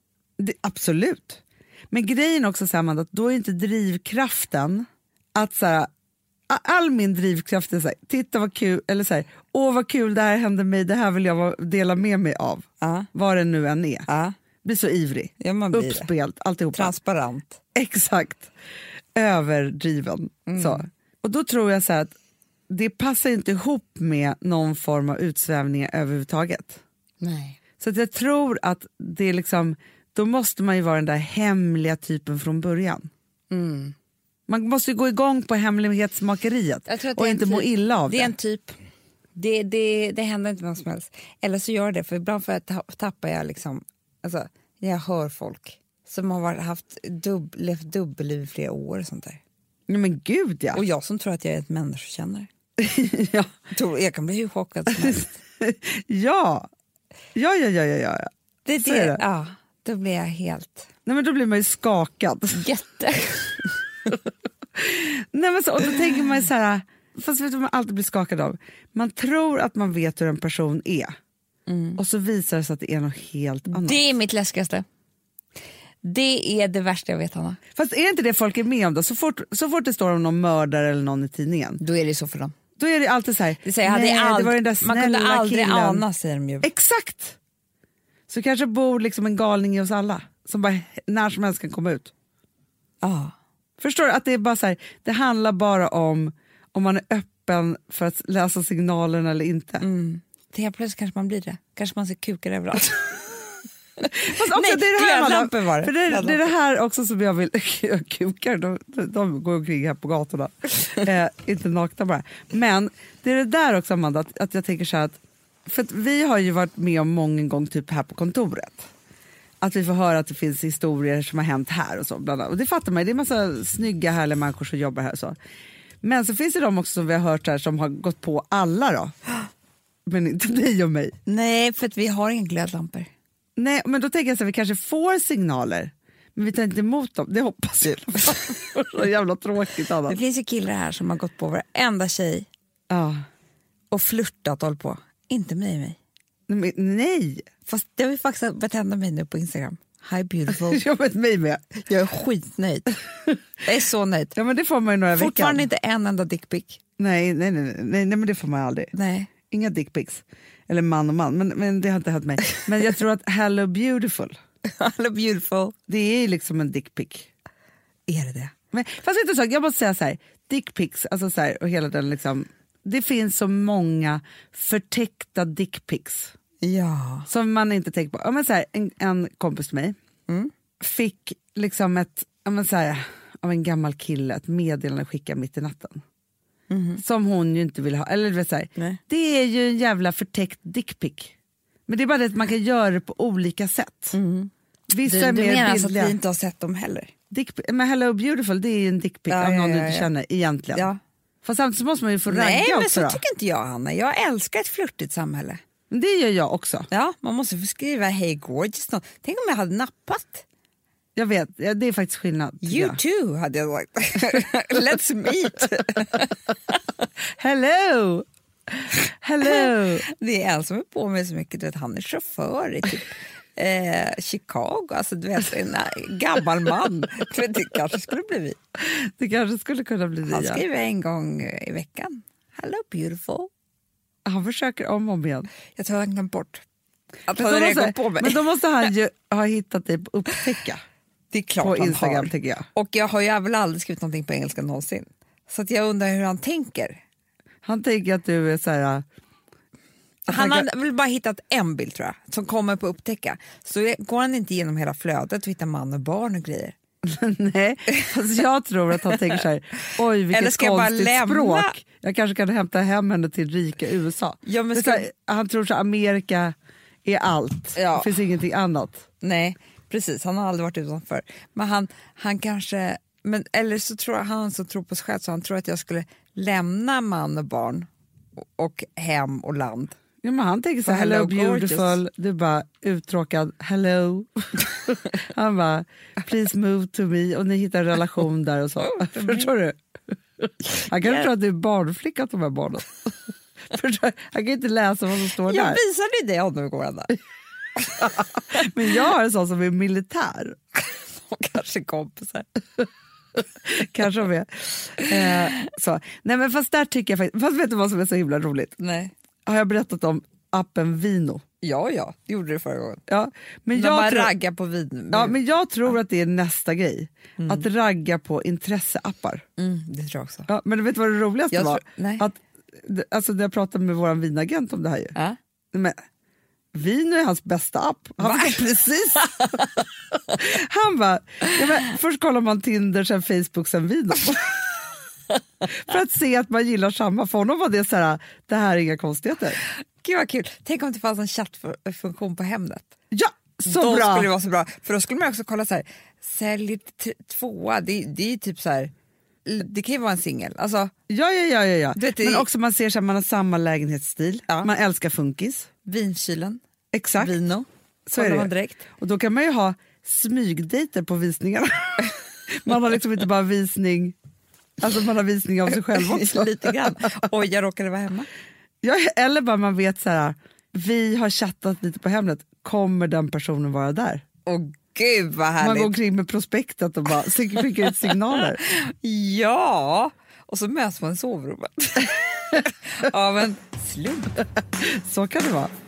Speaker 1: Absolut. Men grejen också, så här, Amanda, att då är inte drivkraften att så här, all min drivkraft är så här, titta vad kul, eller så här, åh vad kul det här hände mig, det här vill jag dela med mig av. Vad det nu än är. Blir så ivrig,
Speaker 2: Ja, man blir
Speaker 1: uppspelt, alltihopa.
Speaker 2: transparent.
Speaker 1: Exakt. Överdriven. Så. Och då tror jag så här att det passar inte ihop med någon form av utsvävningar överhuvudtaget.
Speaker 2: Nej.
Speaker 1: Så att jag tror att det är liksom, då måste man ju vara den där hemliga typen från början. Man måste ju gå igång på hemlighetsmakeriet och inte må illa av det.
Speaker 2: Det är en typ. Det händer inte vem som helst. Eller så gör det, för ibland tappar jag liksom, alltså, jag hör folk som har levt dubbelliv i flera år och sånt där.
Speaker 1: Nej, men gud ja.
Speaker 2: Och jag som tror att jag är ett människokännare.
Speaker 1: Ja.
Speaker 2: Jag kan bli hur chockad som helst.
Speaker 1: Ja.
Speaker 2: Det är
Speaker 1: Så är det.
Speaker 2: Ja, då blir jag helt...
Speaker 1: Nej, men då blir man ju skakad.
Speaker 2: Jätte.
Speaker 1: Nej, men så, och då tänker man så här, fast vet du vad man alltid blir skakad av? Man tror att man vet hur en person är. Och så visar det sig att det är något helt annat.
Speaker 2: Det är mitt läskigaste. Det är det värsta jag vet, Hanna.
Speaker 1: Fast är inte det folk är med om då? Så fort det står om någon mördare eller någon i tidningen,
Speaker 2: Då är det så för dem.
Speaker 1: då är det alltid så här,
Speaker 2: Det säger,
Speaker 1: det var den där
Speaker 2: man kunde
Speaker 1: snälla
Speaker 2: aldrig
Speaker 1: killen.
Speaker 2: ana, säger de ju.
Speaker 1: Exakt! Så kanske bor liksom en galning i oss alla som bara när som helst kan komma ut.
Speaker 2: Ja.
Speaker 1: Förstår du? Att det är bara så här, det handlar bara om man är öppen för att läsa signalerna eller inte.
Speaker 2: Det helt plötsligt kanske man blir det. Kanske man ser kukar överallt.
Speaker 1: Fast också, det är det här,
Speaker 2: glödlampor var det.
Speaker 1: För det är det här också som jag vill... Kukar, de går omkring här på gatorna. Inte nakna bara. Men det är det där också, Amanda, att jag tänker så här att... För att vi har ju varit med om många gånger typ här på kontoret. Att vi får höra att det finns historier som har hänt här och så. Bland annat. Och det fattar man, det är en massa snygga, härliga människor som jobbar här och så. Men så finns det de också som vi har hört här som har gått på alla då. Men inte dig och mig.
Speaker 2: Nej, för att vi har inga glödlampor.
Speaker 1: Nej, men då tänker jag så här, vi kanske får signaler, men vi tar inte emot dem. Det hoppas jag. Så jävla tråkigt annat.
Speaker 2: Det finns ju killar här som har gått på varenda tjej
Speaker 1: Ja.
Speaker 2: och flörtat och hållit på. Inte med mig.
Speaker 1: Men, nej,
Speaker 2: Fast det har vi faktiskt börjat hända mig nu på Instagram. Hi beautiful.
Speaker 1: jag vet mig med.
Speaker 2: Jag är skitnöjd. Jag är så nöjd.
Speaker 1: Ja, men det får man ju några veckor.
Speaker 2: Fortfarande inte en enda dickpic.
Speaker 1: Nej, men det får man aldrig.
Speaker 2: Nej.
Speaker 1: Inga dickpics. Eller man och man, men det har inte hänt mig. Men jag tror att hello beautiful,
Speaker 2: Hello beautiful.
Speaker 1: det är ju liksom en dickpic.
Speaker 2: Är det?
Speaker 1: Men, fast inte så, jag måste säga så här, dickpics, alltså så här, och hela den liksom, det finns så många förtäckta dickpics
Speaker 2: Ja.
Speaker 1: som man inte tänker på. Ja, men så här, en kompis till mig, fick liksom av en gammal kille ett meddelande skicka mitt i natten. Som hon ju inte vill ha. Eller vet, så här, det är ju en jävla förtäckt dickpic. Men det är bara det att man kan göra det på olika sätt. Vissa är
Speaker 2: Du
Speaker 1: mer
Speaker 2: menar alltså
Speaker 1: bildliga.
Speaker 2: att vi inte har sett dem heller?
Speaker 1: Men Hello Beautiful, det är ju en dickpic av någon du inte känner egentligen.
Speaker 2: Ja.
Speaker 1: Fast samtidigt så måste man ju få ragga
Speaker 2: Nej, men
Speaker 1: också
Speaker 2: så
Speaker 1: då.
Speaker 2: tycker inte jag, Hanna. Jag älskar ett flörtigt samhälle.
Speaker 1: Men det gör jag också.
Speaker 2: Ja, man måste få skriva hey gorgeous. Tänk om jag hade nappat.
Speaker 1: Jag vet, det är faktiskt skillnad.
Speaker 2: You too, hade jag sagt. Let's meet.
Speaker 1: Hello! Hello!
Speaker 2: Det är en som är på mig så mycket. Du vet, han är chaufför i typ Chicago. Alltså, du vet, en gammal man. Det kanske skulle bli vi.
Speaker 1: Det kanske skulle kunna bli vi.
Speaker 2: Han skriver en gång i veckan. Hello beautiful.
Speaker 1: Han försöker om och om igen.
Speaker 2: Jag tror han glömt bort att
Speaker 1: Men
Speaker 2: han
Speaker 1: då
Speaker 2: hade
Speaker 1: måste,
Speaker 2: gått på mig.
Speaker 1: men då måste han ju ha hittat dig på upptäcka.
Speaker 2: Det är klart
Speaker 1: På
Speaker 2: han
Speaker 1: Instagram
Speaker 2: har.
Speaker 1: tycker jag.
Speaker 2: Och jag har ju väl aldrig skrivit någonting på engelska någonsin. Så att jag undrar hur han tänker.
Speaker 1: Han tänker att du är så här...
Speaker 2: Han har väl bara hittat en bild tror jag, som kommer på upptäcka. Så går han inte igenom hela flödet och hittar man och barn och grejer.
Speaker 1: Nej, fast jag tror att han tänker så här, oj vilket
Speaker 2: Eller ska jag bara
Speaker 1: konstigt
Speaker 2: lämna?
Speaker 1: språk. Jag kanske kan hämta hem henne till rika USA.
Speaker 2: Ja, men
Speaker 1: Det är så här, han tror att Amerika är allt.
Speaker 2: Ja.
Speaker 1: Det finns ingenting annat.
Speaker 2: Nej, precis. Han har aldrig varit utanför. Men han kanske... Men, eller så tror han som tror på sig själv, så han tror att jag skulle lämna man och barn och hem och land.
Speaker 1: Ja, men han tänker så här, hello beautiful, du bara uttråkad, hello. Han bara, please move to me, och ni hittar en relation där och så. Förstår du? Han kan tro att du är barnflicka åt de här barnen. Han kan inte läsa vad som står
Speaker 2: Jag
Speaker 1: där.
Speaker 2: visade ju dig honom igår, Anna.
Speaker 1: Men jag har en sån som är militär.
Speaker 2: Och kanske kompisar.
Speaker 1: Kanske med. Så. Nej, men fast där tycker jag faktiskt, fast vet du vad som är så himla roligt?
Speaker 2: Nej.
Speaker 1: Har jag berättat om appen Vino?
Speaker 2: Ja, det gjorde du förra gången.
Speaker 1: Ja, men
Speaker 2: När man
Speaker 1: jag tror,
Speaker 2: raggar på vin.
Speaker 1: ja, men jag tror att det är nästa grej. Att ragga på intresseappar.
Speaker 2: Det tror jag också.
Speaker 1: Ja, men du vet vad det roligaste var?
Speaker 2: Nej.
Speaker 1: Att, alltså, när jag pratade med vår vinagent om det här ju.
Speaker 2: Ja.
Speaker 1: Men, Vino är hans bästa app. Han var precis. Han bara, först kollar man Tinder, sen Facebook, sen Vino. För att se att man gillar samma. För honom var det så här, det här är inga konstigheter.
Speaker 2: Gud vad kul. Tänk om det fanns en chattfunktion på Hemnet.
Speaker 1: Ja, så
Speaker 2: då
Speaker 1: bra.
Speaker 2: skulle det vara så bra. För då skulle man också kolla så här, sälj tvåa. Det är typ så här, det kan ju vara en singel. Alltså,
Speaker 1: Ja.
Speaker 2: Du vet,
Speaker 1: Men också man ser att man har samma lägenhetsstil.
Speaker 2: Ja.
Speaker 1: Man älskar funkis.
Speaker 2: vinkylen,
Speaker 1: Exakt.
Speaker 2: Vino.
Speaker 1: Så är
Speaker 2: Kollar
Speaker 1: det.
Speaker 2: man direkt.
Speaker 1: Och då kan man ju ha smygdejter på visningarna. Man har liksom inte bara visning, alltså man har visning av sig själv också.
Speaker 2: Lite grann. Oj, jag råkade vara hemma.
Speaker 1: Ja, eller bara man vet så här, vi har chattat lite på Hemnet, kommer den personen vara där?
Speaker 2: Åh gud vad
Speaker 1: Man
Speaker 2: härligt.
Speaker 1: går omkring med prospektet och bara skickar ut signaler.
Speaker 2: Ja, och så möts man i sovrummet. Av en slump.
Speaker 1: Så kan det vara.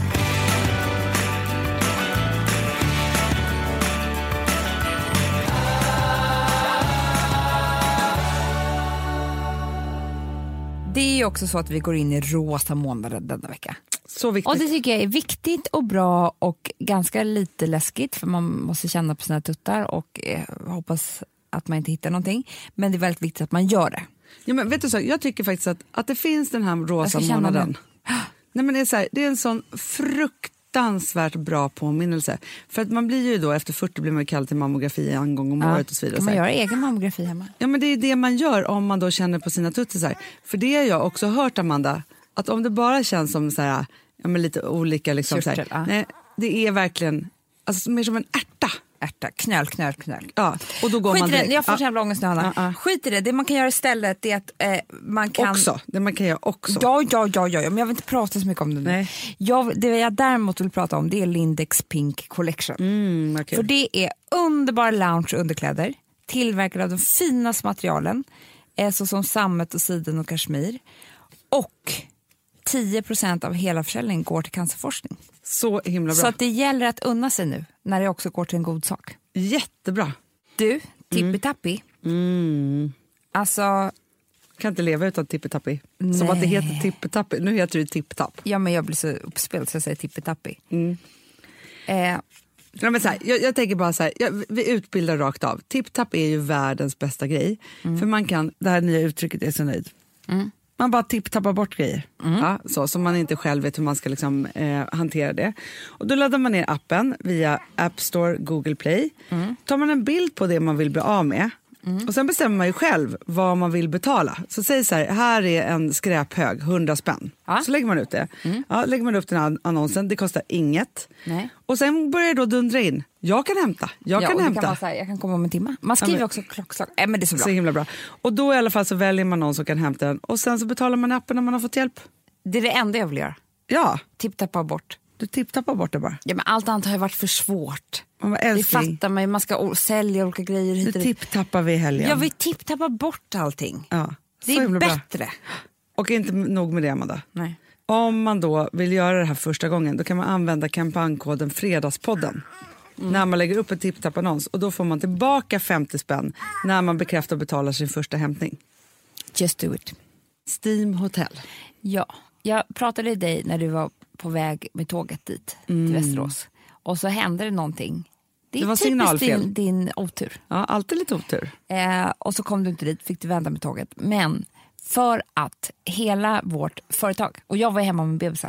Speaker 2: Det är ju också så att vi går in i rosa månaden denna vecka.
Speaker 1: Så viktigt.
Speaker 2: Och det tycker jag är viktigt och bra och ganska lite läskigt, för man måste känna på sina tuttar och hoppas att man inte hittar någonting. Men det är väldigt viktigt att man gör det.
Speaker 1: Ja, men vet du så, jag tycker faktiskt att det finns den här rosa månaden. Nej, men det är så här, det är en sån fruktansvärt bra påminnelse. För att man blir ju då, efter 40 blir man kallad till mammografi en gång om året och så vidare.
Speaker 2: Kan man göra egen mammografi hemma?
Speaker 1: Ja, men det är det man gör om man då känner på sina tuttisar. För det har jag också hört, Amanda, att om det bara känns som så här, ja, men lite olika liksom, så
Speaker 2: Körtel,
Speaker 1: här, nej, det är verkligen alltså, mer som en ärta.
Speaker 2: Ärta, knöl.
Speaker 1: Ja, och då går
Speaker 2: Skit
Speaker 1: man
Speaker 2: i det,
Speaker 1: direkt.
Speaker 2: jag får så jävla ångest nu, Hanna. Skit i det, det man kan göra istället är att man kan...
Speaker 1: Också, det man kan göra också.
Speaker 2: Ja, men jag vill inte prata så mycket om det nu.
Speaker 1: Nej.
Speaker 2: Det jag däremot vill prata om, det är Lindex Pink Collection.
Speaker 1: Okay.
Speaker 2: För det är underbara lounge underkläder, tillverkade av de finaste materialen, såsom sammet och siden och kashmir. Och 10% av hela försäljningen går till cancerforskning.
Speaker 1: Så himla bra.
Speaker 2: Så att det gäller att unna sig nu, när det också går till en god sak.
Speaker 1: Jättebra.
Speaker 2: Du, Tippitappi. Alltså...
Speaker 1: Kan inte leva utan Tippitappi. Som att det heter Tippitappi. Nu heter det Tipptapp.
Speaker 2: Ja, men jag blir så uppspelt så jag säger Tippitappi.
Speaker 1: Ja, men så här, jag tänker bara så här, vi utbildar rakt av. TipTap är ju världens bästa grej. För man kan, det här nya uttrycket är så nöjd. Man bara tipptappar bort grejer. Ja, så man inte själv vet hur man ska liksom, hantera det. Och då laddar man ner appen via App Store, Google Play. Tar man en bild på det man vill bli av med. Och sen bestämmer man ju själv vad man vill betala. Så säg så här är en skräphög, 100 spänn. Så lägger man ut det. Ja, lägger man upp den här annonsen, det kostar inget.
Speaker 2: Nej.
Speaker 1: Och sen börjar det då dundra in. Jag kan hämta. Jag
Speaker 2: kan komma om en timme. Man skriver också klockslag. Men det är så bra.
Speaker 1: Så himla bra. Och då i alla fall så väljer man någon som kan hämta den. Och sen så betalar man appen när man har fått hjälp.
Speaker 2: Det är det enda jag vill göra.
Speaker 1: Ja.
Speaker 2: Tipptappa bort.
Speaker 1: Du tipptappar bort det bara.
Speaker 2: Ja, men allt annat har ju varit för svårt.
Speaker 1: Det
Speaker 2: fattar man ju. Man ska sälja olika grejer hit och
Speaker 1: dit. Nu tipptappar vi i helgen.
Speaker 2: Jag vill tipptappa bort allting.
Speaker 1: Ja,
Speaker 2: det är bättre.
Speaker 1: Bra. Och inte nog med det, Amanda.
Speaker 2: Nej.
Speaker 1: Om man då vill göra det här första gången, då kan man använda kampanjkoden Fredagspodden. När man lägger upp en tipptappannons. Och då får man tillbaka 50 spänn när man bekräftar och betalar sin första hämtning.
Speaker 2: Just do it.
Speaker 1: Steam Hotel.
Speaker 2: Ja, jag pratade med dig när du var på väg med tåget dit till Västerås. Och så hände det någonting. Det var signalfel. Din otur.
Speaker 1: Ja, alltid lite otur.
Speaker 2: Och så kom du inte dit, fick du vända med tåget. Men för att hela vårt företag, och jag var hemma med bebisar,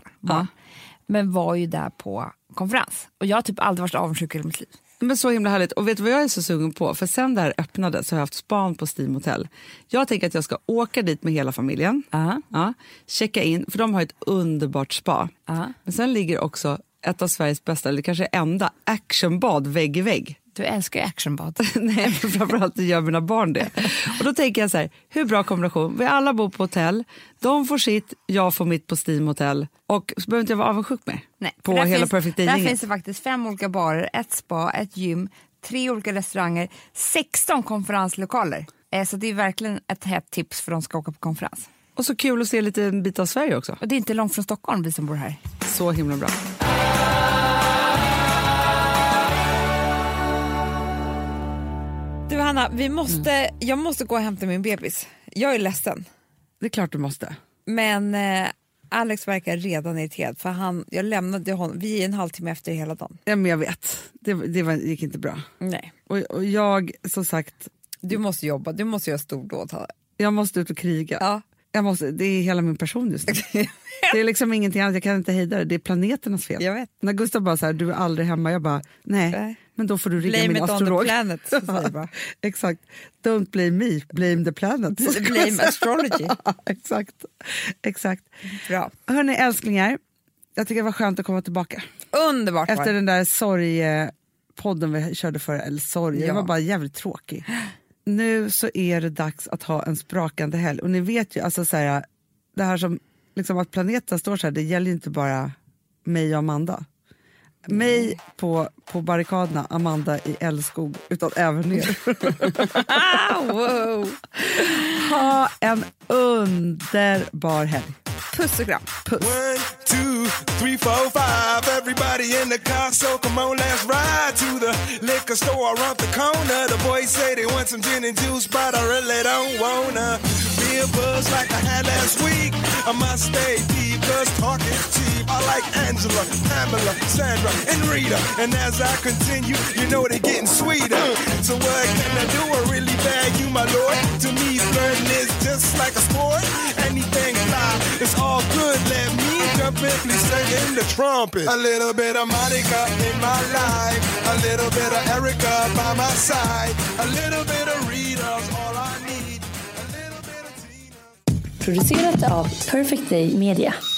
Speaker 2: men var ju där på konferens. Och jag har typ aldrig varit avundsjuk i mitt liv.
Speaker 1: Men så himla härligt. Och vet du vad jag är så sugen på? För sen där öppnade så har jag haft span på Steam Hotel. Jag tänker att jag ska åka dit med hela familjen. Checka in, för de har ett underbart spa. Men sen ligger också ett av Sveriges bästa, eller kanske enda, actionbad vägg i vägg.
Speaker 2: Du älskar ju actionbad.
Speaker 1: Nej, men framförallt gör mina barn det. Och då tänker jag så här, hur bra kombination. Vi alla bor på hotell, de får sitt, jag får mitt på Steam Hotel. Och så behöver inte jag vara avundsjuk med.
Speaker 2: Nej,
Speaker 1: på hela Perfect Day.
Speaker 2: Där finns det faktiskt 5 olika barer, ett spa, ett gym, 3 olika restauranger, 16 konferenslokaler. Så det är verkligen ett hett tips för de som ska åka på konferens.
Speaker 1: Och så kul att se lite en bit av Sverige också.
Speaker 2: Och det är inte långt från Stockholm, vi som bor här.
Speaker 1: Så himla bra.
Speaker 2: Du Hanna, jag måste gå och hämta min bebis. Jag är ledsen.
Speaker 1: Det är klart du måste.
Speaker 2: Men Alex verkar redan irriterad för jag lämnade honom, vi är en halvtimme efter hela dagen.
Speaker 1: Ja, men jag vet, det gick inte bra.
Speaker 2: Nej.
Speaker 1: Och jag, som sagt...
Speaker 2: Du måste jobba, du måste göra stordåd.
Speaker 1: Jag måste ut och kriga.
Speaker 2: Ja.
Speaker 1: Det är hela min person just nu. Det är liksom ingenting annat, jag kan inte hejda det. Det är planeternas fel.
Speaker 2: Jag vet.
Speaker 1: När Gustav bara så här, du är aldrig hemma, jag bara, nej. Men då får du ringa min astrolog.
Speaker 2: Blame it on the planet. Bara.
Speaker 1: Exakt. Don't blame me, blame the planet.
Speaker 2: Blame astrology.
Speaker 1: Exakt.
Speaker 2: Bra.
Speaker 1: Hörrni älsklingar, jag tycker det var skönt att komma tillbaka.
Speaker 2: Underbart.
Speaker 1: Efter den där sorgepodden vi körde förra, eller sorg, det var bara jävligt tråkig. Nu så är det dags att ha en sprakande helg. Och ni vet ju, alltså så här, det här som liksom att planeten står så här, det gäller ju inte bara mig och Amanda. Mig på barrikaderna, Amanda i Älskog, utan även ner.
Speaker 2: Wow.
Speaker 1: Ha en underbar helg.
Speaker 2: Puss och kram.
Speaker 1: Puss.
Speaker 5: 1, 2, 3, 4, 5. Everybody in the car, so come on, let's ride to the liquor store around the corner. The boys say they want some gin and juice, but I really don't wanna be a buzz like I had last week. I must stay deep, cause talk is cheap. I like Angela, Pamela, Sandra, and Rita. And as I continue, you know they're getting sweeter. So what can I do? I really bag you, my lord. To me, flirting is just like a sport. Anything fly, it's all good. Let me jump in, please sing in the trumpet. A little bit of Monica in my life. A little bit of Erica by my side. A little bit of Rita's all I need. A little bit of Tina.
Speaker 6: Producerat av Perfect Day Media.